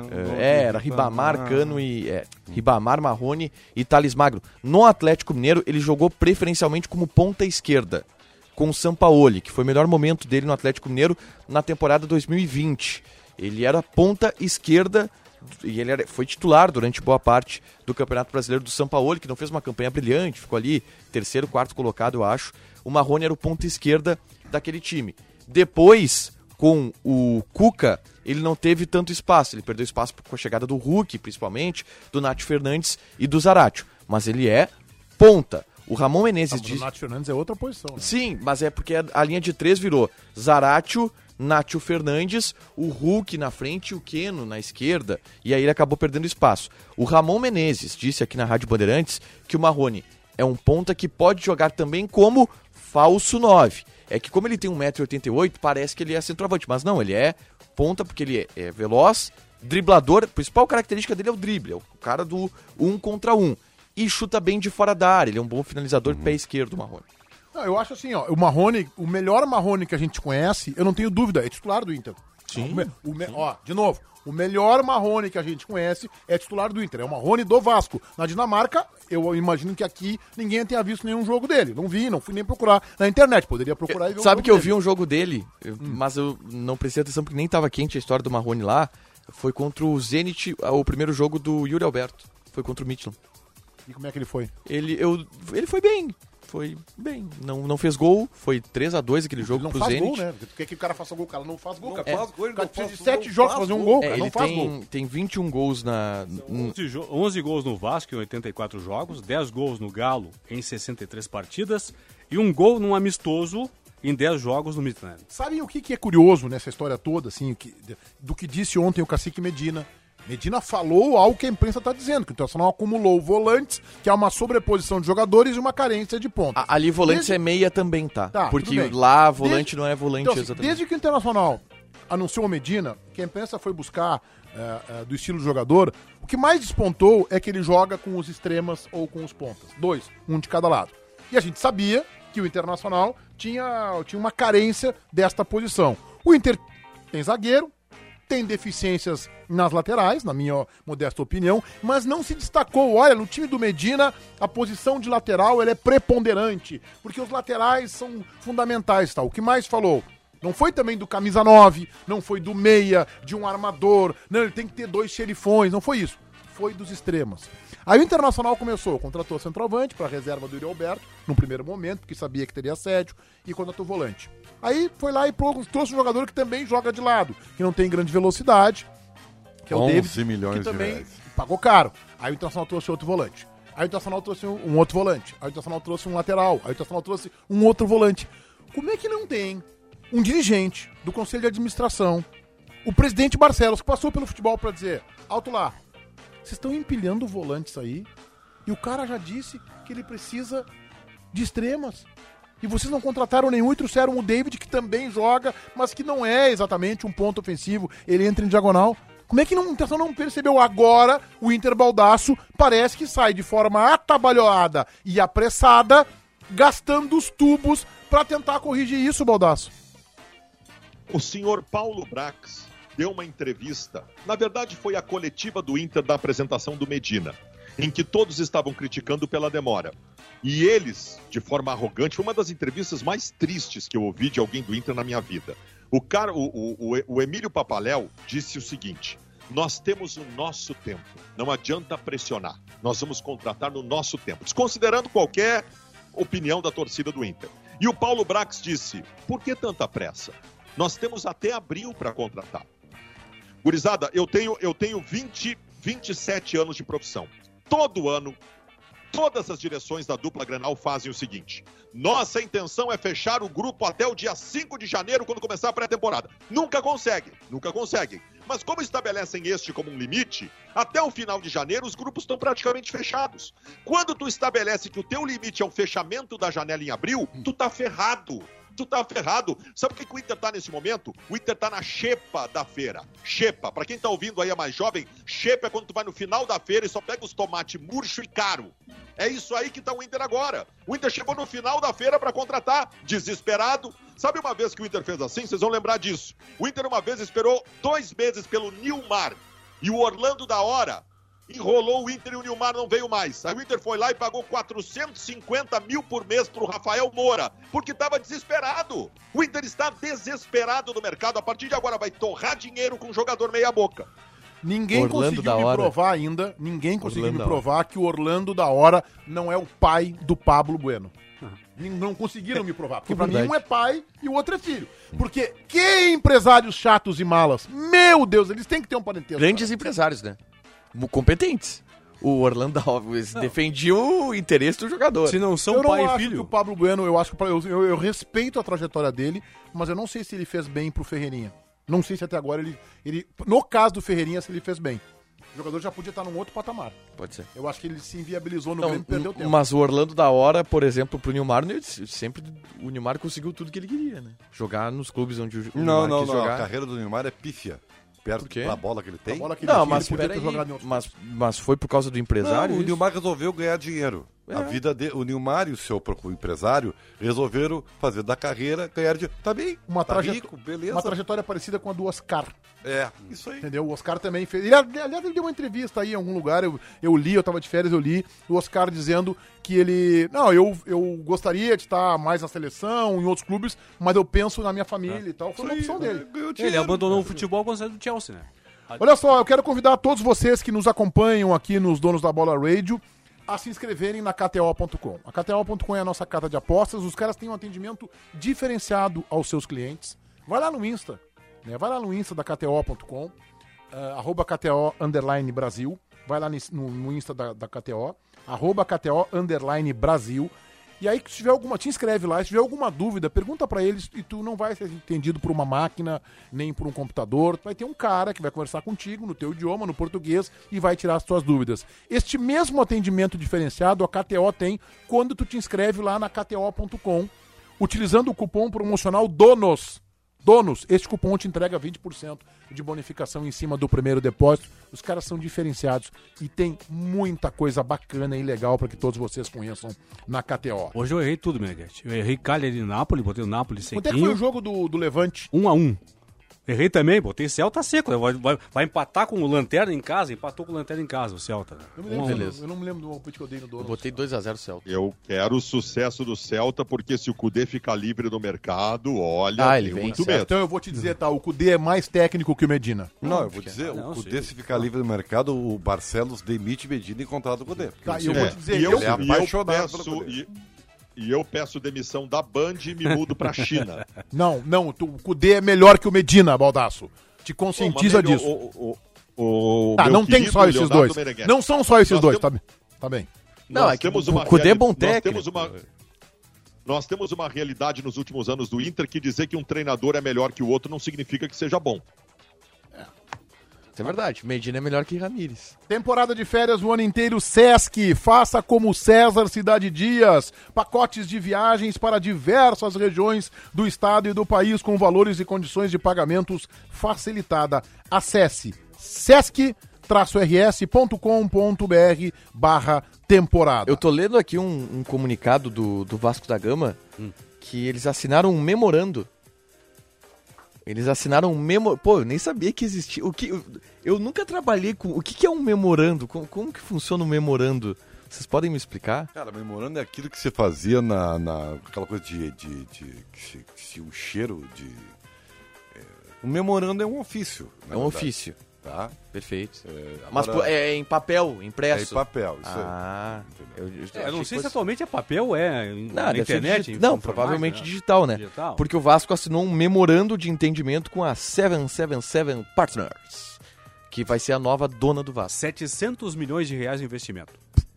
Era Ribamar, Cano e... Ribamar, Marrone e Thales Magno. No Atlético Mineiro, ele jogou preferencialmente como ponta esquerda, com o Sampaoli, que foi o melhor momento dele no Atlético Mineiro na temporada 2020. Ele era ponta esquerda e ele foi titular durante boa parte do Campeonato Brasileiro do Sampaoli, que não fez uma campanha brilhante, ficou ali terceiro, quarto colocado, eu acho. O Marrone era o ponta esquerda daquele time. Depois, com o Cuca, ele não teve tanto espaço. Ele perdeu espaço com a chegada do Hulk, principalmente, do Nath Fernandes e do Zaratio. Mas ele é ponta. O Ramon Menezes O Nath Fernandes é outra posição. Né? Sim, mas é porque a linha de 3 virou Zaratio, Nacho Fernandes, o Hulk na frente e o Keno na esquerda, e aí ele acabou perdendo espaço. O Ramon Menezes disse aqui na Rádio Bandeirantes que o Marrone é um ponta que pode jogar também como falso 9. É que como ele tem 1,88m, parece que ele é centroavante, mas não, ele é ponta porque ele é veloz, driblador, a principal característica dele é o drible, é o cara do 1 contra 1, e chuta bem de fora da área, ele é um bom finalizador de pé esquerdo, o Marrone. Não, eu acho assim, ó, o Marrone, o melhor Marrone que a gente conhece, eu não tenho dúvida, é titular do Inter. Sim. Ó, de novo, o melhor Marrone que a gente conhece é titular do Inter, é o Marrone do Vasco. Na Dinamarca, eu imagino que aqui ninguém tenha visto nenhum jogo dele. Não vi, não fui nem procurar na internet, poderia procurar e ver Sabe que eu vi um jogo dele, mas eu não prestei atenção porque nem estava quente a história do Marrone lá. Foi contra o Zenit, o primeiro jogo do Yuri Alberto. Foi contra o Midtjylland. E como é que ele foi? Ele foi bem. Foi bem. Não fez gol. Foi 3-2 aquele jogo pro Zenit. Ele não faz gol, né? Tu quer que o cara faça gol, o cara não faz gol. Não cara. faz gol, ele O cara não precisa de faz 7 gol, jogos faz fazer um gol. gol, cara. Ele Não faz gol. tem 21 gols na... 11 gols no Vasco em 84 jogos, 10 gols no Galo em 63 partidas e um gol num amistoso em 10 jogos no Midtjylland. Sabem o que é curioso nessa história toda, assim, do que disse ontem o Cacique Medina? Medina falou algo que a imprensa está dizendo, que o Internacional acumulou volantes, que há uma sobreposição de jogadores e uma carência de pontos. Ali volante é meia também, tá? Tá, Porque tudo bem. lá volante não é volante Então, assim, exatamente. desde que o Internacional anunciou o Medina, que a imprensa foi buscar do estilo de jogador, o que mais despontou é que ele joga com os extremas ou com os pontas. 2, um de cada lado. E a gente sabia que o Internacional tinha uma carência desta posição. O Inter tem zagueiro, tem deficiências nas laterais, na minha modesta opinião, mas não se destacou. Olha, no time do Medina, a posição de lateral ela é preponderante, porque os laterais são fundamentais. Tá? O que mais falou? Não foi também do camisa 9, não foi do meia, de um armador, não, ele tem que ter 2 xerifões, não foi isso. Foi dos extremos. Aí o Internacional contratou o centroavante para a reserva do Yuri Alberto, no primeiro momento, porque sabia que teria assédio, e contratou o volante. Aí foi lá e trouxe um jogador que também joga de lado, que não tem grande velocidade, que é o 11 David, milhões que de também reais. pagou caro. Aí o Internacional trouxe outro volante. Aí o Internacional trouxe um outro volante. Aí o Internacional trouxe um lateral. Aí o Internacional trouxe um outro volante. Como é que não tem um dirigente do Conselho de Administração, o presidente Barcelos, que passou pelo futebol para dizer, alto lá, vocês estão empilhando volantes aí, e o cara já disse que ele precisa de extremas. E vocês não contrataram nenhum e trouxeram o David, que também joga, mas que não é exatamente um ponto ofensivo. Ele entra em diagonal. Como é que o Inter não percebeu agora? O Inter Baldasso parece que sai de forma atabalhoada e apressada, gastando os tubos para tentar corrigir isso, Baldasso. O senhor Paulo Brax deu uma entrevista, na verdade foi a coletiva do Inter da apresentação do Medina, em que todos estavam criticando pela demora. E eles, de forma arrogante, foi uma das entrevistas mais tristes que eu ouvi de alguém do Inter na minha vida. O Emílio Papaléu disse o seguinte: nós temos o nosso tempo, não adianta pressionar, nós vamos contratar no nosso tempo, desconsiderando qualquer opinião da torcida do Inter. E o Paulo Brax disse: por que tanta pressa? Nós temos até abril para contratar. Gurizada, eu tenho 27 anos de profissão. Todo ano, todas as direções da dupla Grenal fazem o seguinte: nossa intenção é fechar o grupo até o dia 5 de janeiro, quando começar a pré-temporada. Nunca conseguem. Mas como estabelecem este como um limite, até o final de janeiro os grupos estão praticamente fechados. Quando tu estabelece que o teu limite é o fechamento da janela em abril, tu tá ferrado. Sabe o que o Inter tá nesse momento? O Inter tá na xepa da feira. Xepa, pra quem tá ouvindo aí é mais jovem, xepa é quando tu vai no final da feira e só pega os tomates murcho e caro. É isso aí que tá o Inter agora. O Inter chegou no final da feira pra contratar, desesperado. Sabe uma vez que o Inter fez assim? Vocês vão lembrar disso. O Inter uma vez esperou 2 meses pelo Nilmar e o Orlando da Hora enrolou o Inter e o Nilmar não veio mais. Aí o Inter foi lá e pagou 450 mil por mês pro Rafael Moura, porque estava desesperado. O Inter está desesperado no mercado. A partir de agora vai torrar dinheiro com jogador meia boca. Ninguém conseguiu me provar ainda, que o Orlando da Hora não é o pai do Pablo Bueno. Não conseguiram me provar, porque pra mim um é pai e o outro é filho. Porque que empresários chatos e malas, meu Deus, eles têm que ter um parentesco. Grandes empresários, né? Competentes. O Orlando Alves defendia o interesse do jogador. Se não são pai e filho. Que o Pablo Bueno, eu respeito a trajetória dele, mas eu não sei se ele fez bem pro Ferreirinha. Não sei se até agora ele no caso do Ferreirinha, se ele fez bem. O jogador já podia estar num outro patamar. Pode ser. Eu acho que ele se inviabilizou no Grêmio e perdeu tempo. Mas o Orlando da Hora, por exemplo, pro Nilmar, o Nilmar conseguiu tudo que ele queria, né? Jogar nos clubes onde o Nilmar quis jogar. A carreira do Nilmar é pífia. Perto da bola que ele tem. Mas foi por causa do empresário? Não, o Nilmar resolveu ganhar dinheiro. A vida dele, o Nilmar e o seu empresário resolveram fazer da carreira ganhar dinheiro. Tá bem, rico, beleza. Uma trajetória parecida com a do Oscar. É, isso aí. Entendeu? O Oscar também fez. Aliás, ele deu uma entrevista aí em algum lugar. Eu tava de férias, eu li o Oscar dizendo que ele. Não, eu gostaria de estar mais na seleção, em outros clubes, mas eu penso na minha família e tal. Foi uma opção dele. Ele abandonou o futebol quando saiu do Chelsea, né? Olha só, eu quero convidar todos vocês que nos acompanham aqui nos Donos da Bola Radio a se inscreverem na KTO.com. A KTO.com é a nossa casa de apostas. Os caras têm um atendimento diferenciado aos seus clientes. Vai lá no Insta, né? Vai lá no Insta da KTO.com, @KTO_Brasil. Vai lá no Insta da KTO, @KTO_Brasil. E aí, se tiver te inscreve lá, se tiver alguma dúvida, pergunta pra eles e tu não vai ser entendido por uma máquina, nem por um computador. Vai ter um cara que vai conversar contigo no teu idioma, no português, e vai tirar as tuas dúvidas. Este mesmo atendimento diferenciado a KTO tem quando tu te inscreve lá na KTO.com, utilizando o cupom promocional DONOS. Este cupom te entrega 20% de bonificação em cima do primeiro depósito. Os caras são diferenciados e tem muita coisa bacana e legal para que todos vocês conheçam na KTO. Hoje eu errei tudo, Meneghete. Eu errei Cagliari e Nápoles, botei o Nápoles sequinho. Quanto é que foi o jogo do Levante? 1-1. Errei também, botei Celta seco. Vai empatar com o Lanterna em casa? Empatou com o Lanterna em casa, o Celta. Eu não me lembro do palpite que eu dei no Dono. Eu botei 2-0 Celta. Eu quero o sucesso do Celta, porque se o Cudê ficar livre no mercado, olha, ele vem muito medo. Então eu vou te dizer, o Cudê é mais técnico que o Medina. Não, eu vou dizer, o Cudê, se ficar livre no mercado, o Barcelos demite Medina e contrata o Cudê. Eu vou te dizer, ele é apaixonado pelo Cudê. E eu peço demissão da Band e me mudo pra China. Não, o Cudê é melhor que o Medina, Baldasso. Te conscientiza disso. Não tem só esses dois. Não são só esses dois, tá bem. Não, o Cudê é bom técnico. Nós temos uma realidade nos últimos anos do Inter que dizer que um treinador é melhor que o outro não significa que seja bom. Isso é verdade. Medina é melhor que Ramires. Temporada de férias o ano inteiro Sesc. Faça como César Cidade Dias. Pacotes de viagens para diversas regiões do estado e do país com valores e condições de pagamentos facilitada. Acesse sesc-rs.com.br/temporada. Eu tô lendo aqui um comunicado do Vasco da Gama que eles assinaram um memorando. Pô, eu nem sabia que existia. Eu nunca trabalhei com... O que é um memorando? Como que funciona um memorando? Vocês podem me explicar? Cara, memorando é aquilo que você fazia aquela coisa de o cheiro de... O memorando é um ofício. É um ofício. Tá? Perfeito. Agora, Mas é em papel, impresso? É em papel, isso aí. Eu não sei se atualmente é papel ou na internet. Não, provavelmente digital, né? Digital. Porque o Vasco assinou um memorando de entendimento com a 777 Partners, que vai ser a nova dona do Vasco. 700 milhões de reais de investimento.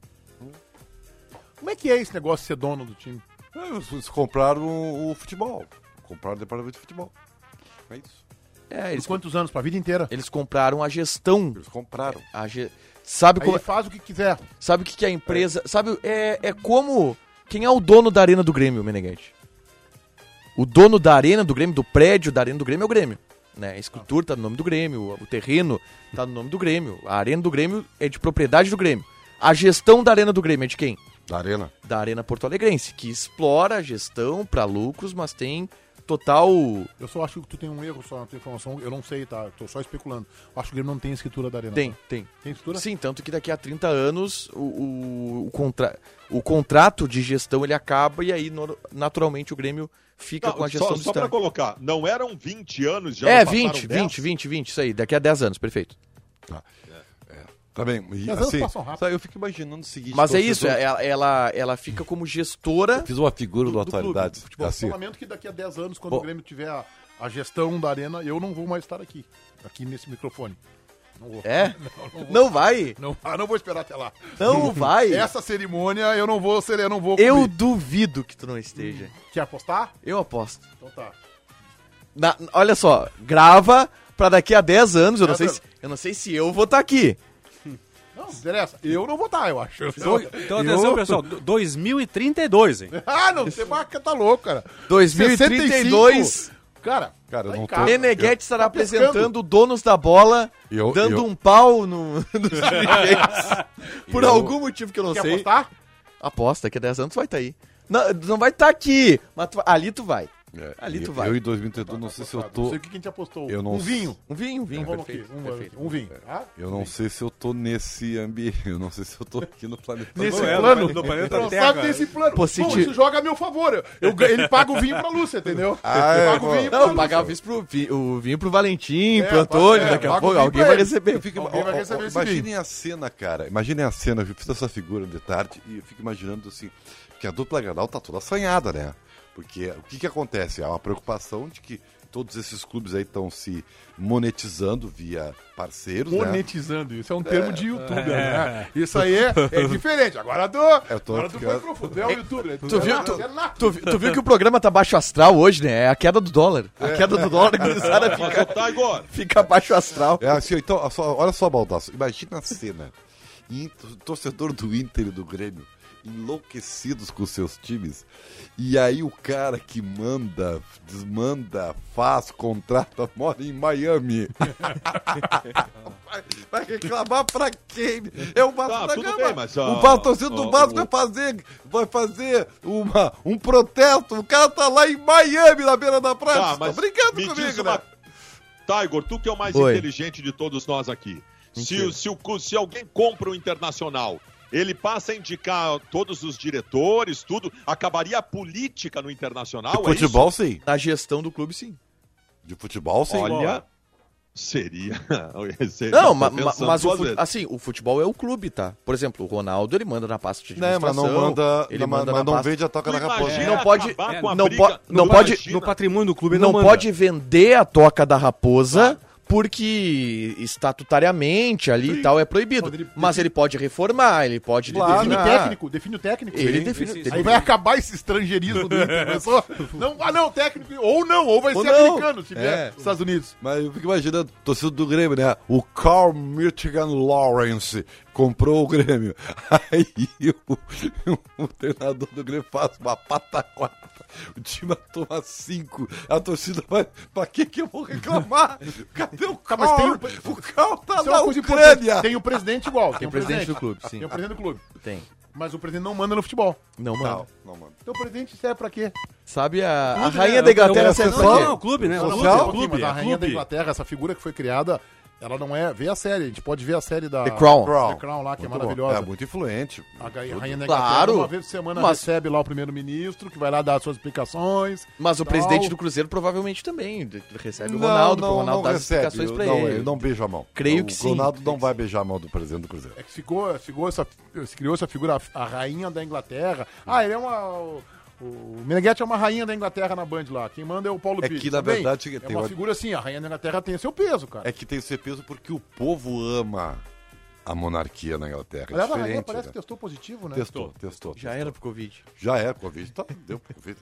Como é que é esse negócio de ser dono do time? Eles compraram o futebol. Compraram o departamento de futebol. É isso. Eles quantos anos? Pra vida inteira? Eles compraram a gestão. Eles compraram. Sabe aí como... faz o que quiser. Sabe o que é a empresa... Sabe, é como... Quem é o dono da arena do Grêmio, Meneghete? O dono da arena do Grêmio, do prédio da arena do Grêmio é o Grêmio. Né? A escultura tá no nome do Grêmio, o terreno tá no nome do Grêmio. A arena do Grêmio é de propriedade do Grêmio. A gestão da arena do Grêmio é de quem? Da Arena. Da Arena Porto Alegrense, que explora a gestão para lucros, mas tem total... Eu só acho que tu tem um erro só na tua informação, eu não sei, tá? Tô só especulando. Acho que o Grêmio não tem escritura da Arena. Tem. Tem escritura? Sim, tanto que daqui a 30 anos o contrato de gestão ele acaba e aí naturalmente o Grêmio fica com a gestão do Só estádio. pra colocar, não eram 20 anos já? 20, isso aí, daqui a 10 anos, perfeito. Tá. Tá bem. E, Mas assim, passam rápido. sabe, eu fico imaginando o seguinte... Mas é isso, ela fica como gestora... Eu fiz uma figura do Atualidades. Futebol. Assim, Eu lamento que daqui a 10 anos, quando o Grêmio tiver a gestão da Arena, eu não vou mais estar aqui nesse microfone. Não vou. É? Não vai? Não vou esperar até lá. Não vai? Essa cerimônia eu não vou Eu cobrir. duvido que tu não esteja. Quer apostar? Eu aposto. Então tá. Olha só, grava pra daqui a 10 anos, eu não sei se eu vou estar aqui. Não interessa. Eu não vou estar, eu acho. Então atenção, pessoal, 2032, hein? Não, você tá louco, cara. 2032... 65. Cara, eu não tô... Meneghete estará apresentando Donos da Bola, dando um pau nos dirigentes. Por algum motivo que eu não sei. Quer apostar? Aposta, daqui a 10 anos tu vai estar aí. Não vai estar aqui, mas ali tu vai. Ali tu vai. Eu em 2032 não sei se eu tô... Não sei o que a gente apostou. Eu não... Um vinho. Um vinho, Então vamos perfeito. aqui. Perfeito. Um vinho. Eu não sei se eu tô nesse ambiente. Eu não sei se eu tô aqui no planeta. Nesse Não é, plano. no planeta Não Terra. sabe desse plano. Pô, Isso joga a meu favor. Ele paga o vinho pra Lúcia, entendeu? Ele paga o vinho pra Não, Lúcia. pagar o vinho pro Valentim, pro Antônio, daqui a paga o pouco vinho alguém pra vai ele. receber. Alguém vai receber esse Imaginem vinho. a cena, cara. Imaginem a cena. Eu fiz essa figura de tarde e eu fico imaginando assim, que a dupla Grenal tá toda assanhada, né? Porque o que acontece? Há uma preocupação de que todos esses clubes aí estão se monetizando via parceiros, Monetizando, isso é um termo de youtuber, né? Isso aí é diferente. Agora tu foi profundo. É o youtuber. Tu viu que o programa tá baixo astral hoje, né? É a queda do dólar. A queda do dólar fica baixo astral. É assim, então, olha só, Baldasso. Imagina a cena. Torcedor do Inter e do Grêmio enlouquecidos com seus times, e aí o cara que manda, desmanda, faz, contrata, mora em Miami. Vai reclamar pra quem? É o Vasco da Gama. O torcedor do Vasco vai fazer um protesto. O cara tá lá em Miami, na beira da praia. Tá brincando comigo, né? Tá, Igor, tu que é o mais inteligente de todos nós aqui. Se alguém compra o Internacional, ele passa a indicar todos os diretores, tudo. Acabaria a política no Internacional, de futebol, sim. Na gestão do clube, sim. De futebol, sim. Olha, seria... Não, mas o futebol é o clube, tá? Por exemplo, o Ronaldo, ele manda na pasta de administração. Mas não manda... Ele não vende a toca da raposa. Não pode... No patrimônio do clube não pode vender a toca da raposa porque estatutariamente ali e tal é proibido. Mas ele pode reformar, ele pode Define o técnico. Ele define. Aí vai acabar esse estrangeirismo do Inter, pensou? Não, técnico, ou vai ser americano, se vier dos Estados Unidos. Mas eu fico imaginando, torcida do Grêmio, né? O Carl Michigan Lawrence comprou o Grêmio. Aí o treinador do Grêmio faz uma pataquada. O time toma 5. A torcida vai... Pra que eu vou reclamar? Cadê o Carl? Mas o Carl tá na Ucrânia. Tem o presidente igual. Tem o presidente do clube, sim. Tem o presidente do clube. Tem. Mas o presidente não manda no futebol. Não manda. Não manda. Então o presidente serve pra quê? Sabe, a rainha da Inglaterra serve pra quê? Não, o clube, né? Mas a rainha da Inglaterra, essa figura que foi criada, ela não é... Vê a série, a gente pode ver a série da... The Crown. The Crown lá, que Muito é maravilhosa. bom. É muito influente. A rainha da Inglaterra, Claro. uma vez por semana, recebe lá o primeiro-ministro, que vai lá dar as suas explicações. Mas o presidente do Cruzeiro provavelmente também recebe o Ronaldo, pro Ronaldo dar as explicações pra ele. Ele não beija a mão. Creio que sim. O Ronaldo não vai beijar a mão do presidente do Cruzeiro. É que criou essa figura, a rainha da Inglaterra. Ele é o Meneghetti é uma rainha da Inglaterra na Band lá. Quem manda é o Paulo Pires. Que na verdade... É uma figura assim, a rainha da Inglaterra tem seu peso, cara. É que tem seu peso porque o povo ama a monarquia na Inglaterra. Aliás, a rainha parece que testou positivo, né? Testou. Já era pro Covid. Já é, Covid. Deu Covid.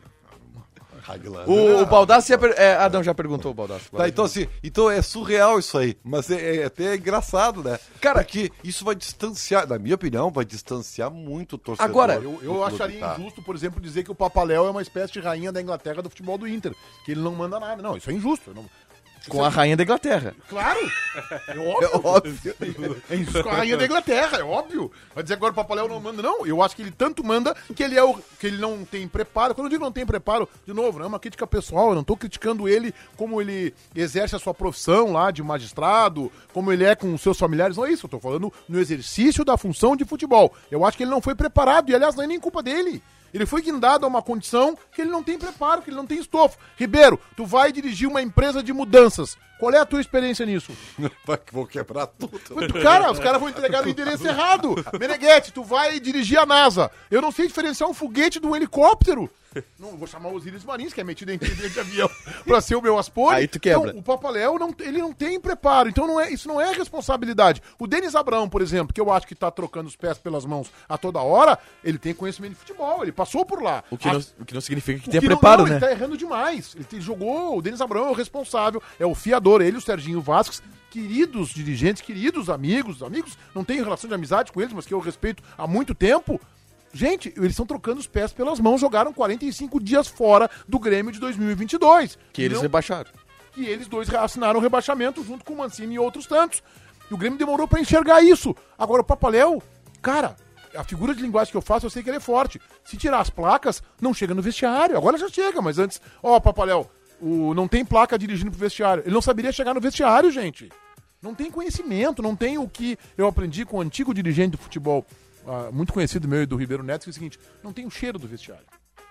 O Baldassi já perguntou o Baldassi. Tá, então é surreal isso aí, mas é até engraçado, né? Cara, que isso vai distanciar, na minha opinião, vai distanciar muito o torcedor. Agora, eu acharia injusto, por exemplo, dizer que o Papaléu é uma espécie de rainha da Inglaterra do futebol do Inter, que ele não manda nada. Não, isso é injusto. Com a rainha da Inglaterra. Claro! É óbvio. É injusto com a rainha da Inglaterra, é óbvio. Vai dizer agora o Papaléu não manda, não. Eu acho que ele tanto manda que ele não tem preparo. Quando eu digo não tem preparo, de novo, não é uma crítica pessoal, eu não tô criticando ele como ele exerce a sua profissão lá de magistrado, como ele é com os seus familiares, não é isso. Eu tô falando no exercício da função de futebol. Eu acho que ele não foi preparado e, aliás, não é nem culpa dele. Ele foi guindado a uma condição que ele não tem preparo, que ele não tem estofo. Ribeiro, tu vai dirigir uma empresa de mudanças. Qual é a tua experiência nisso? Vou quebrar tudo. Cara, os caras vão entregar o endereço errado. Meneghetti, tu vai dirigir a NASA. Eu não sei diferenciar um foguete de um helicóptero. Não vou chamar o Osiris Marins, que é metido em de avião, pra ser o meu Aspone. Aí tu quebra. Então, o Papaléu, ele não tem preparo. Então isso não é responsabilidade. O Denis Abraão, por exemplo, que eu acho que tá trocando os pés pelas mãos a toda hora, ele tem conhecimento de futebol, ele passou por lá. O que não significa que tenha preparo, né? Ele tá errando demais. Ele jogou, o Denis Abraão é o responsável, é o fiador, ele e o Serginho Vasquez, queridos dirigentes, queridos amigos, não tenho relação de amizade com eles, mas que eu respeito há muito tempo. Gente, eles estão trocando os pés pelas mãos, jogaram 45 dias fora do Grêmio de 2022. Que eles rebaixaram. Que eles dois assinaram o rebaixamento junto com o Mancini e outros tantos. E o Grêmio demorou pra enxergar isso. Agora, o Papaléu, cara, a figura de linguagem que eu faço, eu sei que ele é forte. Se tirar as placas, não chega no vestiário. Agora já chega, mas antes... Papaléu, não tem placa dirigindo pro vestiário. Ele não saberia chegar no vestiário, gente. Não tem conhecimento, não tem o que eu aprendi com o antigo dirigente do futebol, muito conhecido meu e do Ribeiro Neto, que é o seguinte: não tem o cheiro do vestiário.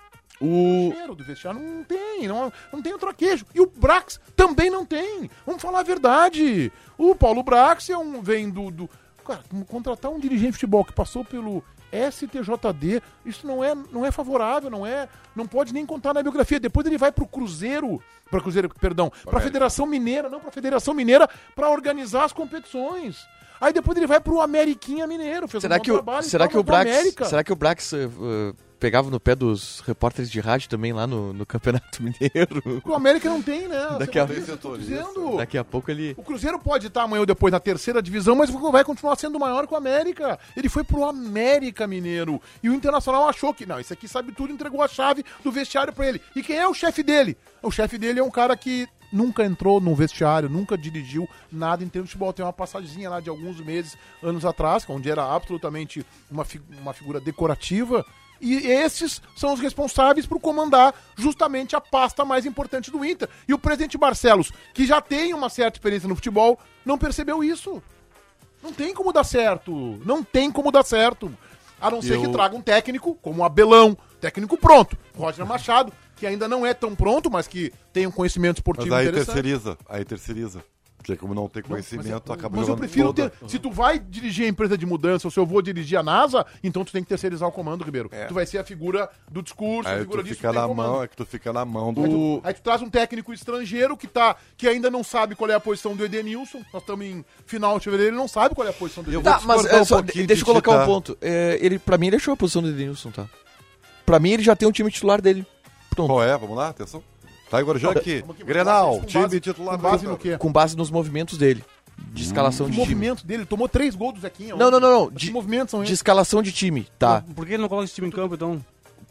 O cheiro do vestiário não tem, não tem o traquejo. E o Brax também não tem. Vamos falar a verdade. O Paulo Brax vem do... Cara, contratar um dirigente de futebol que passou pelo STJD, isso não é favorável, não pode nem contar na biografia. Depois ele vai pra Federação Mineira, pra Mineira, pra organizar as competições. Aí depois ele vai pro Ameriquinha Mineiro, fez será que o Brax pegava no pé dos repórteres de rádio também lá no Campeonato Mineiro? O América não tem, né? Daqui a pouco ele... O Cruzeiro pode estar amanhã ou depois na terceira divisão, mas vai continuar sendo maior que o América. Ele foi pro América Mineiro. E o Internacional achou que, não, esse aqui sabe tudo, entregou a chave do vestiário pra ele. E quem é o chefe dele? O chefe dele é um cara que nunca entrou num vestiário, nunca dirigiu nada em termos de futebol. Tem uma passagemzinha lá de alguns meses, anos atrás, onde era absolutamente uma figura decorativa. E esses são os responsáveis por comandar justamente a pasta mais importante do Inter. E o presidente Barcelos, que já tem uma certa experiência no futebol, não percebeu isso. Não tem como dar certo. Não tem como dar certo. A não ser que traga um técnico, como o Abelão, técnico pronto. Roger Machado, que ainda não é tão pronto, mas que tem um conhecimento esportivo mas interessante. Aí terceiriza. Porque como não tem conhecimento, acaba Mas eu jogando prefiro toda. ter. Se tu vai dirigir a empresa de mudança ou se eu vou dirigir a NASA, então tu tem que terceirizar o comando, Ribeiro. Tu vai ser a figura do discurso, a Aí figura tu disso. fica tu tem na comando. mão, é que tu fica na mão do... Aí tu traz um técnico estrangeiro que ainda não sabe qual é a posição do Edenilson. Nós estamos em final de fevereiro, ele não sabe qual é a posição do Edenilson. Tá, mas discordar um só, pouquinho deixa eu de colocar ti, um tá? ponto. Pra mim, ele achou a posição do Edenilson, tá? Pra mim, ele já tem um time titular dele. Pronto. Qual é? Vamos lá, atenção. Tá, agora já aqui. Vamos aqui, Grenal, com time base- titular. Com base do no Inter. quê? Com base nos movimentos dele. De escalação Que de time. movimento dele? Ele tomou 3 gols do Zequinha. Não, ontem. não, não, não. Que De, movimentos são de esses? escalação de time, tá? Por que ele não coloca esse time em campo, então?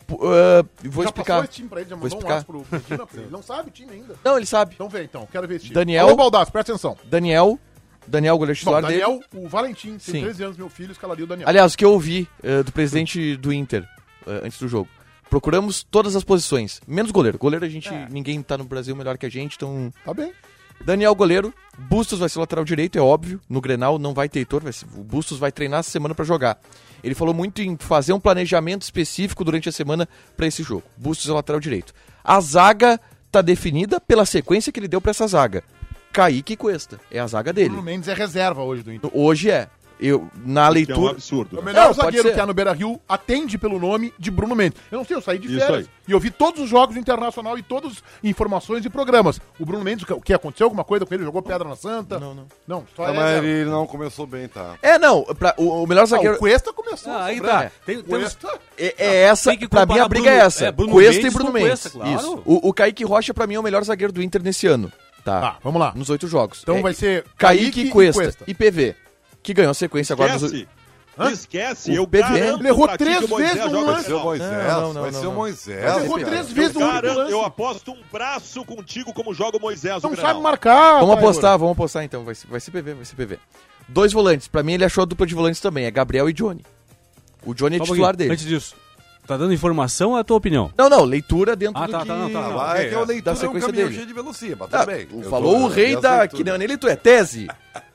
Vou Já explicar. passou esse time pra ele, já Vou mandou um explicar. WhatsApp pro Medina, pra ele. Ele não sabe o time ainda. Não, ele sabe. Então vem, então. Quero ver esse time. Daniel- Alô, Baldassi, presta atenção. Daniel, goleiro Bom, titular dele. Daniel, o Valentim, tem Sim. 13 anos, meu filho, escalaria o Daniel. Aliás, o que eu ouvi do presidente do Inter antes do jogo. Procuramos todas as posições, menos goleiro. Goleiro ninguém tá no Brasil melhor que a gente, então... Tá bem. Daniel goleiro, Bustos vai ser lateral direito, é óbvio. No Grenal não vai ter Heitor, o Bustos vai treinar essa semana pra jogar. Ele falou muito em fazer um planejamento específico durante a semana pra esse jogo. Bustos é lateral direito. A zaga tá definida pela sequência que ele deu pra essa zaga. Kaique e Cuesta, é a zaga dele. Bruno Mendes é reserva hoje do Inter. Hoje é. Na Que é um leitura... absurdo. O né? melhor Não, pode zagueiro ser. que há no Beira-Rio atende pelo nome de Bruno Mendes. Eu não sei, eu saí de Isso férias aí. e eu vi todos os jogos do Internacional e todas as informações e programas. O Bruno Mendes, o que aconteceu? Alguma coisa com ele? Jogou pedra na Santa? Não. Não, só Não, é mas reserva. ele não começou bem, tá? Não, o melhor zagueiro... O Cuesta começou. Ah, aí sobrando. tá. Temos, Cuesta... essa, Tem que pra mim a comparar briga Bruno- é essa. Bruno Cuesta Mendes e Bruno com Mendes. Cuesta, claro. Isso. O Kaique Rocha pra mim é o melhor zagueiro do Inter nesse ano. Tá, vamos lá. Nos 8 jogos. Então vai ser Kaique e Cuesta. E PV. Que ganhou a sequência agora nos... Esquece. Esquece, O eu PV. garanto Ele errou pra ti 3 que o Moisés vezes no joga lance. Vai ser o final. Moisés, Não, vai ser não. o Moisés. Ele errou cara. 3 vezes no único Garanto, lance. eu aposto um braço contigo como joga o Moisés Não no sabe Grenal. marcar. Vamos Taylor. apostar então. Vai ser PV. 2 volantes. Pra mim ele achou a dupla de volantes também. É Gabriel e Johnny. O Johnny é Só um titular pouquinho. dele. Antes disso, tá dando informação ou é a tua opinião? Não, leitura dentro Ah, do tá, que... tá, não, tá, não. Vai, que é o da leitura é um sequência caminhão dele. cheio de velocia, mas Ah, tudo bem. Eu falou tô- o rei minhas da... leituras. Que não, Nelito, é tese.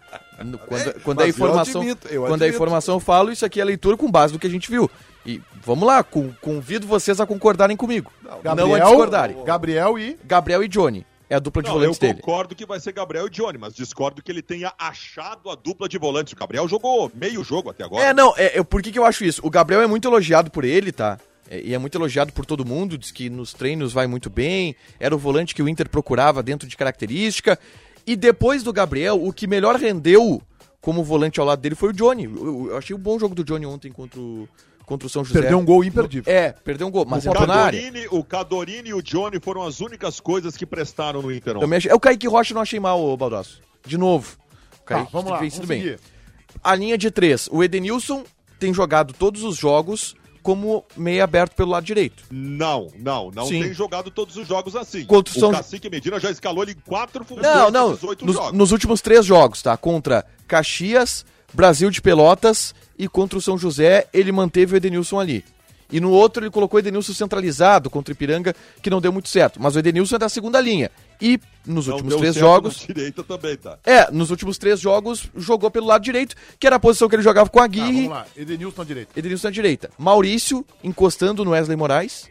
Quando a mas eu informação... admito, eu quando a admito. informação eu falo, isso aqui é leitura com base no que a gente viu. E vamos lá, convido vocês a concordarem comigo. Não a discordarem. Gabriel e... Gabriel e Johnny. É a dupla de Não, eu volantes dele. concordo que vai ser Gabriel e Johnny, mas discordo que ele tenha achado a dupla de volantes. O Gabriel jogou meio jogo até agora. Por que eu acho isso? O Gabriel é muito elogiado por ele, tá? E é muito elogiado por todo mundo, diz que nos treinos vai muito bem, era o volante que o Inter procurava dentro de característica. E depois do Gabriel, o que melhor rendeu como volante ao lado dele foi o Johnny. Eu achei um bom jogo do Johnny ontem contra o São José. Perdeu um gol imperdível. Perdeu um gol, mas entrou na área. O Cadorini e o Johnny foram as únicas coisas que prestaram no Inter. Também achei... O Kaique Rocha eu não achei mal, ô Baldasso. De novo. O Tá, Kaique vamos lá, tem vamos sido bem. seguir. A linha de 3. O Edenilson tem jogado todos os jogos como meio aberto pelo lado direito. Não Sim. tem jogado todos os jogos assim. Contra o São- Cacique Medina já escalou ele em 4 funções Não. nesses 8 Nos, jogos. nos últimos 3 jogos, tá? Contra Caxias, Brasil de Pelotas e contra o São José, ele manteve o Edenilson ali. E no outro ele colocou o Edenilson centralizado contra o Ipiranga, que não deu muito certo. Mas o Edenilson é da segunda linha. E nos Não últimos deu 3 certo jogos... na direita também, tá? Nos últimos 3 jogos, jogou pelo lado direito, que era a posição que ele jogava com a Aguirre. Vamos lá, Edenilson na direita. Edenilson na direita. Maurício encostando no Wesley Moraes.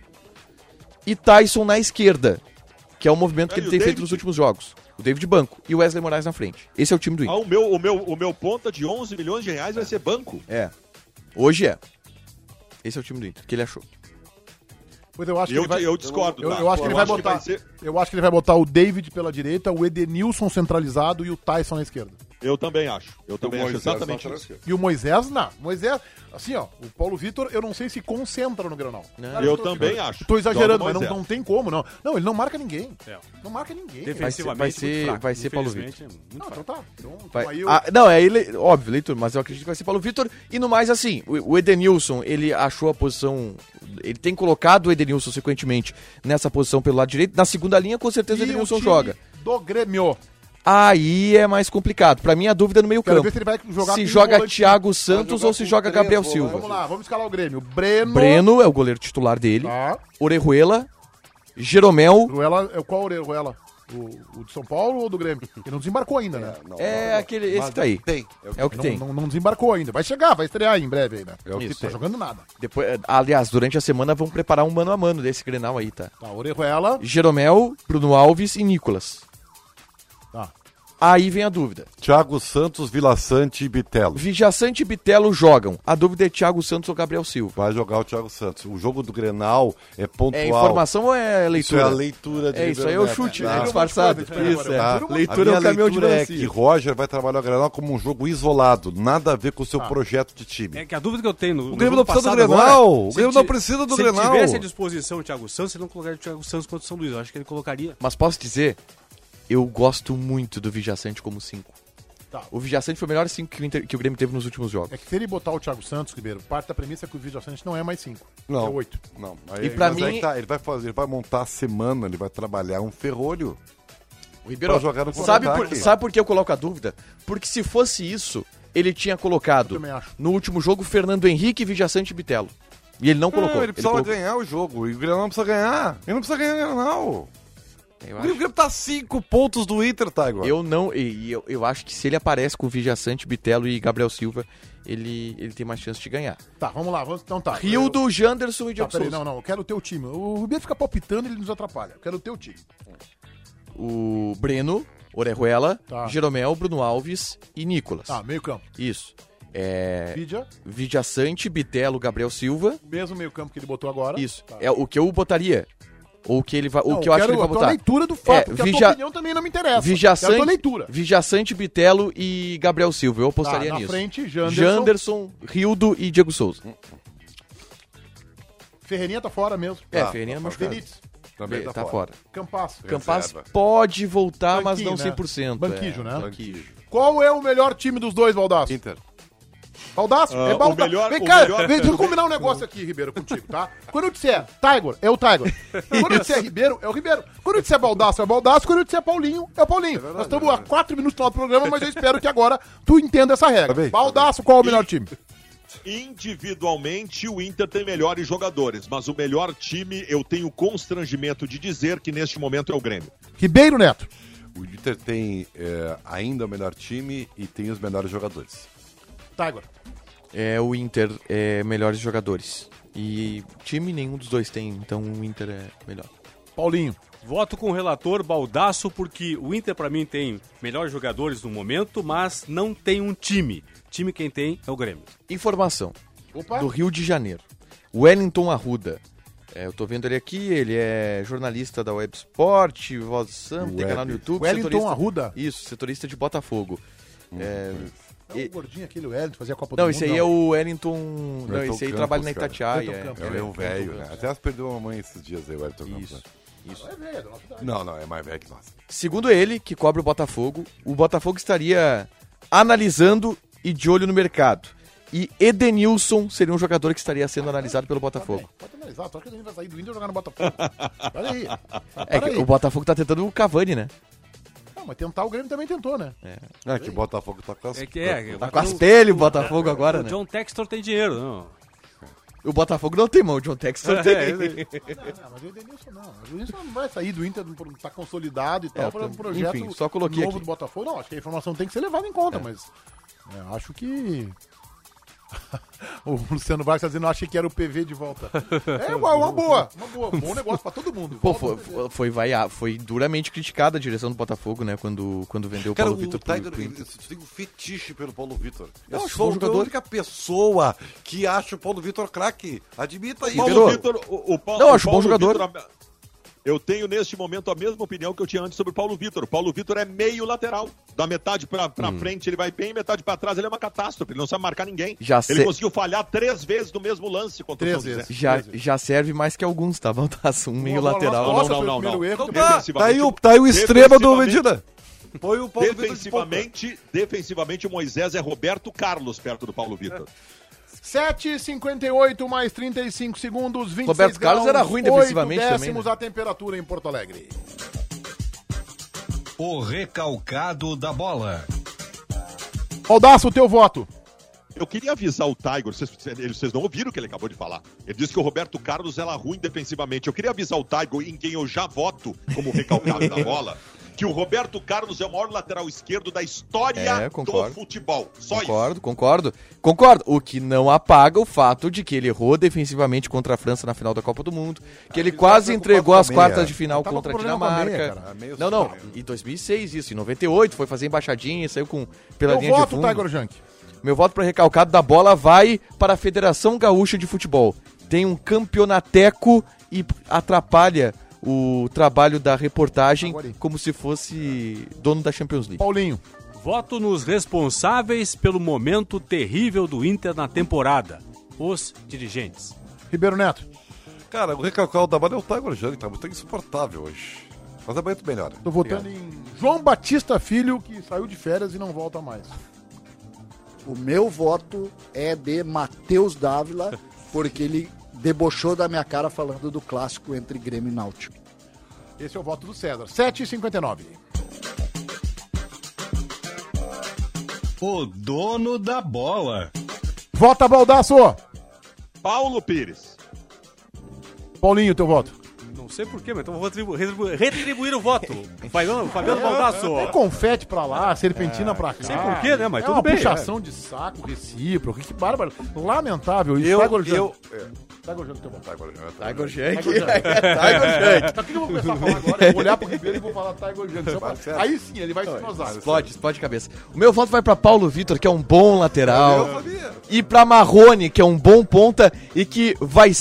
E Tyson na esquerda, que é o movimento que E ele o tem feito David? nos últimos jogos. O David banco e o Wesley Moraes na frente. Esse é o time do Inter. O meu ponta de 11 milhões de reais vai ser banco. Hoje é. Esse é o time do Inter, que ele achou. Pois eu acho que Eu, ele vai... eu discordo, tá? Eu acho que ele vai acho botar. ser- Eu acho que ele vai botar o David pela direita, o Edenilson centralizado e o Tyson na esquerda. Eu também acho. Eu também acho Moisés exatamente lateral isso. esquerdo. E o Moisés, não. Moisés, assim, ó, o Paulo Vitor, eu não sei se concentra no Granal. Cara, Eu também acho. Tô exagerando, Joga o mas Moisés. não tem como, não. Não, ele não marca ninguém. É. Não marca ninguém. Defensivamente, vai ser- muito fraco. vai ser Paulo Infelizmente, é muito Não, fraco. então tá. Então Vai- aí eu... não, óbvio, leitura, mas eu acredito que vai ser Paulo Vitor. E no mais, assim, o Edenilson, ele achou a posição. Ele tem colocado o Edenilson sequentemente nessa posição pelo lado direito. Na segunda linha, com certeza o E Edenilson time joga. do Grêmio. Aí é mais complicado. Pra mim, a dúvida é no meio Quero campo. ver se ele vai jogar Se com joga volante. Thiago Santos jogar ou se com joga 3 Gabriel volantes. Silva. Vamos lá, vamos escalar o Grêmio. Breno. Breno é o goleiro titular dele. Tá. Orejuela, Jeromel. Ruela, qual Orejuela? O de São Paulo ou do Grêmio? Ele não desembarcou ainda, né? Aquele, esse Mas que tá aí. Tem. É o que tem. Não desembarcou ainda. Vai chegar, vai estrear aí em breve aí, né? É o que Isso. Tá tem. jogando nada. Depois, aliás, durante a semana vão preparar um mano a mano desse Grenal aí, tá? Tá, Orejuela. Jeromel, Bruno Alves e Nicolas. Tá. Aí vem a dúvida. Thiago Santos, Vila Sante e Bitelo. Vijaçante e Bitelo jogam. A dúvida é Thiago Santos ou Gabriel Silva. Vai jogar o Thiago Santos. O jogo do Grenal é pontual. É informação ou é leitura? Isso é a leitura de É isso aí, é o chute, né? Tá. Disfarçado. Tá. Isso, é. Tá. Leitura é A o caminhão de leitura é que melancia. Roger vai trabalhar o Grenal como um jogo isolado. Nada a ver com o seu projeto de time. É que a dúvida que eu tenho no O Grêmio não jogo precisa do passado Grenal. agora, O Grêmio não precisa do Grenal. Se ele tivesse à disposição o Thiago Santos, ele não colocaria o Thiago Santos contra o São Luís. Eu acho que ele colocaria. Mas posso dizer, eu gosto muito do Vijaçante como 5. Tá. O Vijaçante foi o melhor 5 que o Grêmio teve nos últimos jogos. É que se ele botar o Thiago Santos, Ribeiro, parte da premissa é que o Vijaçante não é mais 5. Não. É 8. Não. E pra mas mim- aí tá, ele vai montar a semana, ele vai trabalhar um ferrolho. O Ribeiro, Pra jogar no sabe contra-ataque. por que eu coloco a dúvida? Porque se fosse isso, ele tinha colocado Eu também acho. no último jogo Fernando Henrique, Vijaçante e Bitelo. E ele não colocou. Não, ele precisava colocou. ganhar o jogo. E o Grenal não precisa ganhar. Ele não precisa ganhar o Grenal. Eu O acho. Grêmio tá 5 pontos do Inter, tá, agora. Eu não. Eu acho que se ele aparece com Vijaçante, Bitelo e Gabriel Silva, ele tem mais chance de ganhar. Tá, vamos lá. Então tá. Rildo, Janderson e Tá, Diego peraí, Souza. não. Eu quero o teu time. O Ribeiro fica palpitando e ele nos atrapalha. Eu quero o teu time. O Breno, Orejuela, Tá. Jeromel, Bruno Alves e Nicolas. Tá, meio campo. Isso. É. Vidia, Vijaçante, Bitelo, Gabriel Silva. mesmo meio campo que ele botou agora. Isso. Tá. É o que eu botaria. Ou o que ele vai. Não, o que eu acho que quero ele vai a tua botar. leitura do fato, porque a Vija- tua opinião também não me interessa. Quero a tua leitura. Vijaçante, Bitelo e Gabriel Silva. Eu apostaria Tá, na nisso. frente, Janderson. Janderson, Rildo e Diego Souza. Ferreirinha tá fora mesmo. Ferreirinha machucado. Benítez, Também Tá fora. Campas. Campaz Reserva. pode voltar, mas Banquinho, não né? 100%. Banquijo, né? Banquijo. Qual é o melhor time dos dois, Baldaço? Inter. Baldaço? Ah, É Baldaço. o melhor- Vem o cá, melhor- deixa eu combinar um negócio aqui, Ribeiro, contigo, tá? Quando eu disser Tiger, é o Tiger. Quando eu disser Ribeiro, é o Ribeiro. Quando eu disser Baldaço, é o Baldaço. Quando eu disser Paulinho, é o Paulinho. Nós estamos há 4 minutos no programa, mas eu espero que agora tu entenda essa regra. Tá bem. Baldaço, qual é o melhor time? Individualmente, o Inter tem melhores jogadores, mas o melhor time, eu tenho constrangimento de dizer que neste momento é o Grêmio. Ribeiro Neto. O Inter tem ainda o melhor time e tem os melhores jogadores. Tiger. É o Inter, melhores jogadores. E time nenhum dos dois tem, então o Inter é melhor. Paulinho. Voto com o relator Baldasso, porque o Inter, pra mim, tem melhores jogadores no momento, mas não tem um time. Time quem tem é o Grêmio. Informação Opa. do Rio de Janeiro. Wellington Arruda. Eu tô vendo ele aqui, ele é jornalista da Web Sport, Voz do Samba, tem canal no YouTube. Wellington setorista- Arruda? Isso, setorista de Botafogo. É o gordinho aquele, o Wellington, fazia a Copa do Não, Mundo. esse aí é o Wellington. Não, Wellington esse aí Campos, trabalha na cara. Itatiaia. Wellington Campos. Ele é um velho, né? Até perdeu a mamãe esses dias aí, o Everton Campos. Isso. Isso. É velho, nossa idade. Não, é mais velho que nós. Segundo ele, que cobre o Botafogo estaria analisando e de olho no mercado. E Edenilson seria um jogador que estaria sendo analisado pelo Botafogo. Pode analisar, só que ele vai sair do Inter e jogar no Botafogo. Olha aí. É que o Botafogo tá tentando o Cavani, né? Não, mas tentar o Grêmio também tentou, né? É que o Botafogo tá com as... Tá com as telhas o Botafogo agora, O né? John Textor tem dinheiro, não. O Botafogo não tem mão, o John Textor tem. Não, mas o Edenilson não. O Edenilson não vai sair do Inter, tá consolidado e tal, para um projeto enfim, só coloquei novo aqui. do Botafogo. Não, acho que a informação tem que ser levada em conta, mas acho que... O Luciano Vargas tá dizendo, achei que era o PV de volta. É uma boa. Bom negócio pra todo mundo. Pô, Volta ao PV. foi duramente criticada a direção do Botafogo, né? Quando vendeu o Cara, Paulo o Vitor Tiger pro Inter. tem um fetiche pelo Paulo Vitor. Eu Eu acho sou bom a jogador. única pessoa que acha o Paulo Vitor craque. Admita isso. Ribeiro. Não, o acho bom jogador. eu tenho neste momento a mesma opinião que eu tinha antes sobre o Paulo Vitor. O Paulo Vitor é meio lateral. Da metade pra frente ele vai bem, metade pra trás ele é uma catástrofe. Ele não sabe marcar ninguém. Ele conseguiu falhar 3 vezes no mesmo lance contra o São José. Já serve mais que alguns, tá? Baldasso, um meio Bola nas lateral. costas, Não, foi o não, primeiro não. erro, Então depois- Tá aí o extremo do defensivamente- Medina. Põe o Paulo Vitor de ponta. Defensivamente, o Moisés é Roberto Carlos perto do Paulo Vitor. 7h58 mais 35 segundos, 26 Roberto Carlos graus, era ruim defensivamente 8 também, décimos né? a temperatura em Porto Alegre. O recalcado da bola. Baldasso, o teu voto. Eu queria avisar o Tiger, vocês não ouviram o que ele acabou de falar. Ele disse que o Roberto Carlos era ruim defensivamente. Eu queria avisar o Tiger, em quem eu já voto como recalcado da bola, que o Roberto Carlos é o maior lateral esquerdo da história do futebol. Só isso. Concordo. O que não apaga o fato de que ele errou defensivamente contra a França na final da Copa do Mundo, que ele quase entregou as quartas de final contra a Dinamarca. Não, em 2006 isso, em 98 foi fazer embaixadinha, saiu pela linha de fundo. Tiger Junk. Meu voto para recalcado da bola vai para a Federação Gaúcha de Futebol. Tem um campeonateco e atrapalha o trabalho da reportagem como se fosse dono da Champions League. Paulinho. Voto nos responsáveis pelo momento terrível do Inter na temporada. Os dirigentes. Ribeiro Neto. Cara, o recalcado da bola é o Tiger Junk, tá muito insuportável hoje. Mas é muito melhor. Tô votando em João Batista Filho, que saiu de férias e não volta mais. O meu voto é de Matheus Dávila, porque ele debochou da minha cara falando do clássico entre Grêmio e Náutico. Esse é o voto do César. 7h59. O dono da bola. Vota, Baldasso. Paulo Pires. Paulinho, teu voto. Não sei porquê, mas então vou retribuir o voto. Fabiano Baldasso. É confete pra lá, serpentina pra cá. Sei porquê, né? Mas é tudo uma bem. puxação de saco recíproco. Que bárbaro. Lamentável. Eu Tiger Junk, teu voto. Tiger Junk. Sabe o que eu vou começar a falar agora? Eu vou olhar pro Ribeiro e vou falar Tiger Junk. Aí sim, ele vai se nosar. Explode cabeça. O meu voto vai pra Paulo Vitor, que é um bom lateral. E pra Marrone, que é um bom ponta e que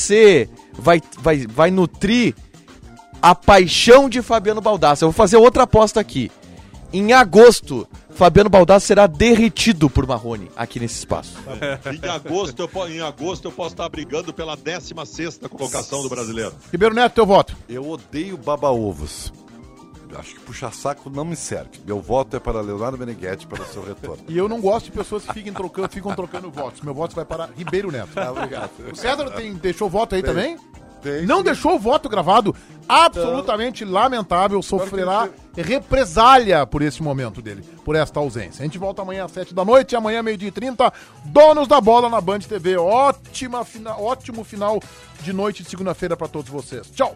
vai nutrir a paixão de Fabiano Baldasso. Eu vou fazer outra aposta aqui. Em agosto, Fabiano Baldasso será derretido por Marrone aqui nesse espaço. Em agosto eu posso estar brigando pela 16ª colocação do brasileiro. Ribeiro Neto, teu voto. Eu odeio baba-ovos. Acho que puxar saco não me serve. Meu voto é para Leonardo Meneghetti, para o seu retorno. E eu não gosto de pessoas que ficam trocando votos. Meu voto vai para Ribeiro Neto. Obrigado. O César deixou voto aí também? Não deixou o voto gravado. Absolutamente lamentável. Sofrerá represália por esse momento dele, por esta ausência. A gente volta amanhã às 7 da noite, amanhã 12h30, Donos da Bola na Band TV. Ótimo final de noite de segunda-feira para todos vocês. Tchau!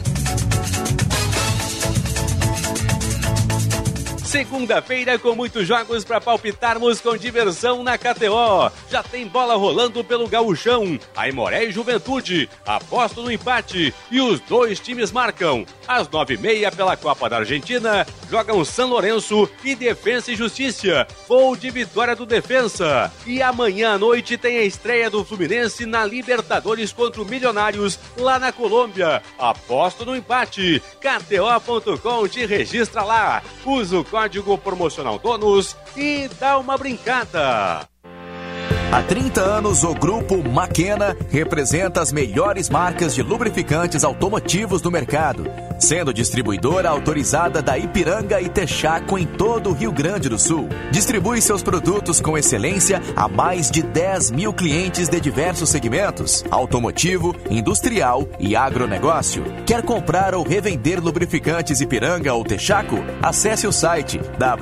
Segunda-feira com muitos jogos para palpitarmos com diversão na KTO. Já tem bola rolando pelo Gauchão. Aimoré e Juventude. Aposto no empate. E os dois times marcam. Às 9h30 pela Copa da Argentina, jogam São Lourenço e Defensa e Justiça. Gol de vitória do Defensa. E amanhã à noite tem a estreia do Fluminense na Libertadores contra o Milionários lá na Colômbia. Aposto no empate. KTO.com, te registra lá. Usa o código promocional DONOS e dá uma brincada. Há 30 anos, o Grupo Makena representa as melhores marcas de lubrificantes automotivos do mercado, sendo distribuidora autorizada da Ipiranga e Texaco em todo o Rio Grande do Sul. Distribui seus produtos com excelência a mais de 10 mil clientes de diversos segmentos: automotivo, industrial e agronegócio. Quer comprar ou revender lubrificantes Ipiranga ou Texaco? Acesse o site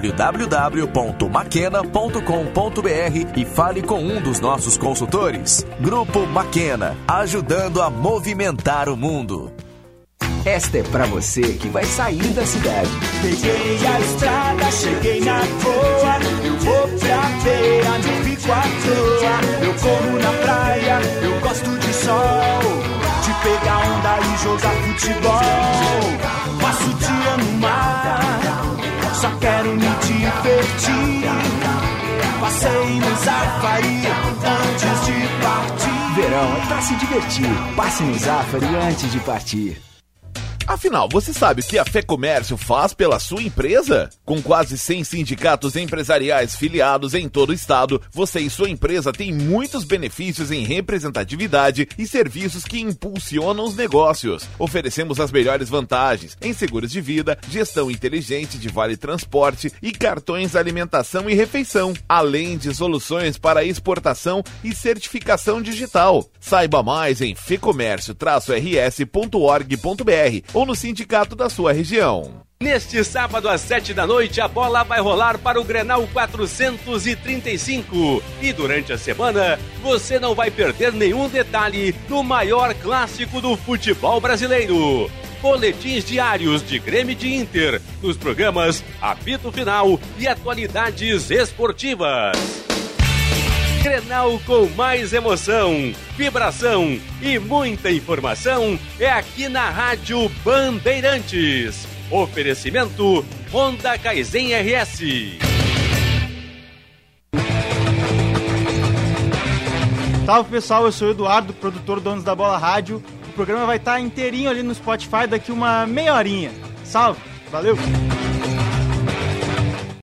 www.makena.com.br e fale com um dos nossos consultores. Grupo Makena, ajudando a movimentar o mundo. Esta é pra você que vai sair da cidade. Peguei a estrada, cheguei na boa. Eu vou pra feira, não fico à toa. Eu corro na praia, eu gosto de sol, de pegar onda e jogar futebol. Passo o dia no mar, só quero me divertir. Passei no Zafari antes de partir. Verão é pra se divertir. Passe no Zafari antes de partir. Afinal, você sabe o que a FEComércio faz pela sua empresa? Com quase 100 sindicatos empresariais filiados em todo o estado, você e sua empresa têm muitos benefícios em representatividade e serviços que impulsionam os negócios. Oferecemos as melhores vantagens em seguros de vida, gestão inteligente de vale transporte e cartões alimentação e refeição, além de soluções para exportação e certificação digital. Saiba mais em fecomércio-rs.org.br ou no sindicato da sua região. Neste sábado às 7 da noite, a bola vai rolar para o Grenal 435. E durante a semana, você não vai perder nenhum detalhe do maior clássico do futebol brasileiro. boletins diários de Grêmio e de Inter, nos programas Apito Final e Atualidades Esportivas. Grenal com mais emoção, vibração e muita informação é aqui na Rádio Bandeirantes. Oferecimento Honda Kaizen RS. Salve pessoal, eu sou o Eduardo, produtor Donos da Bola Rádio. O programa vai estar inteirinho ali no Spotify daqui uma meia horinha. Salve, valeu!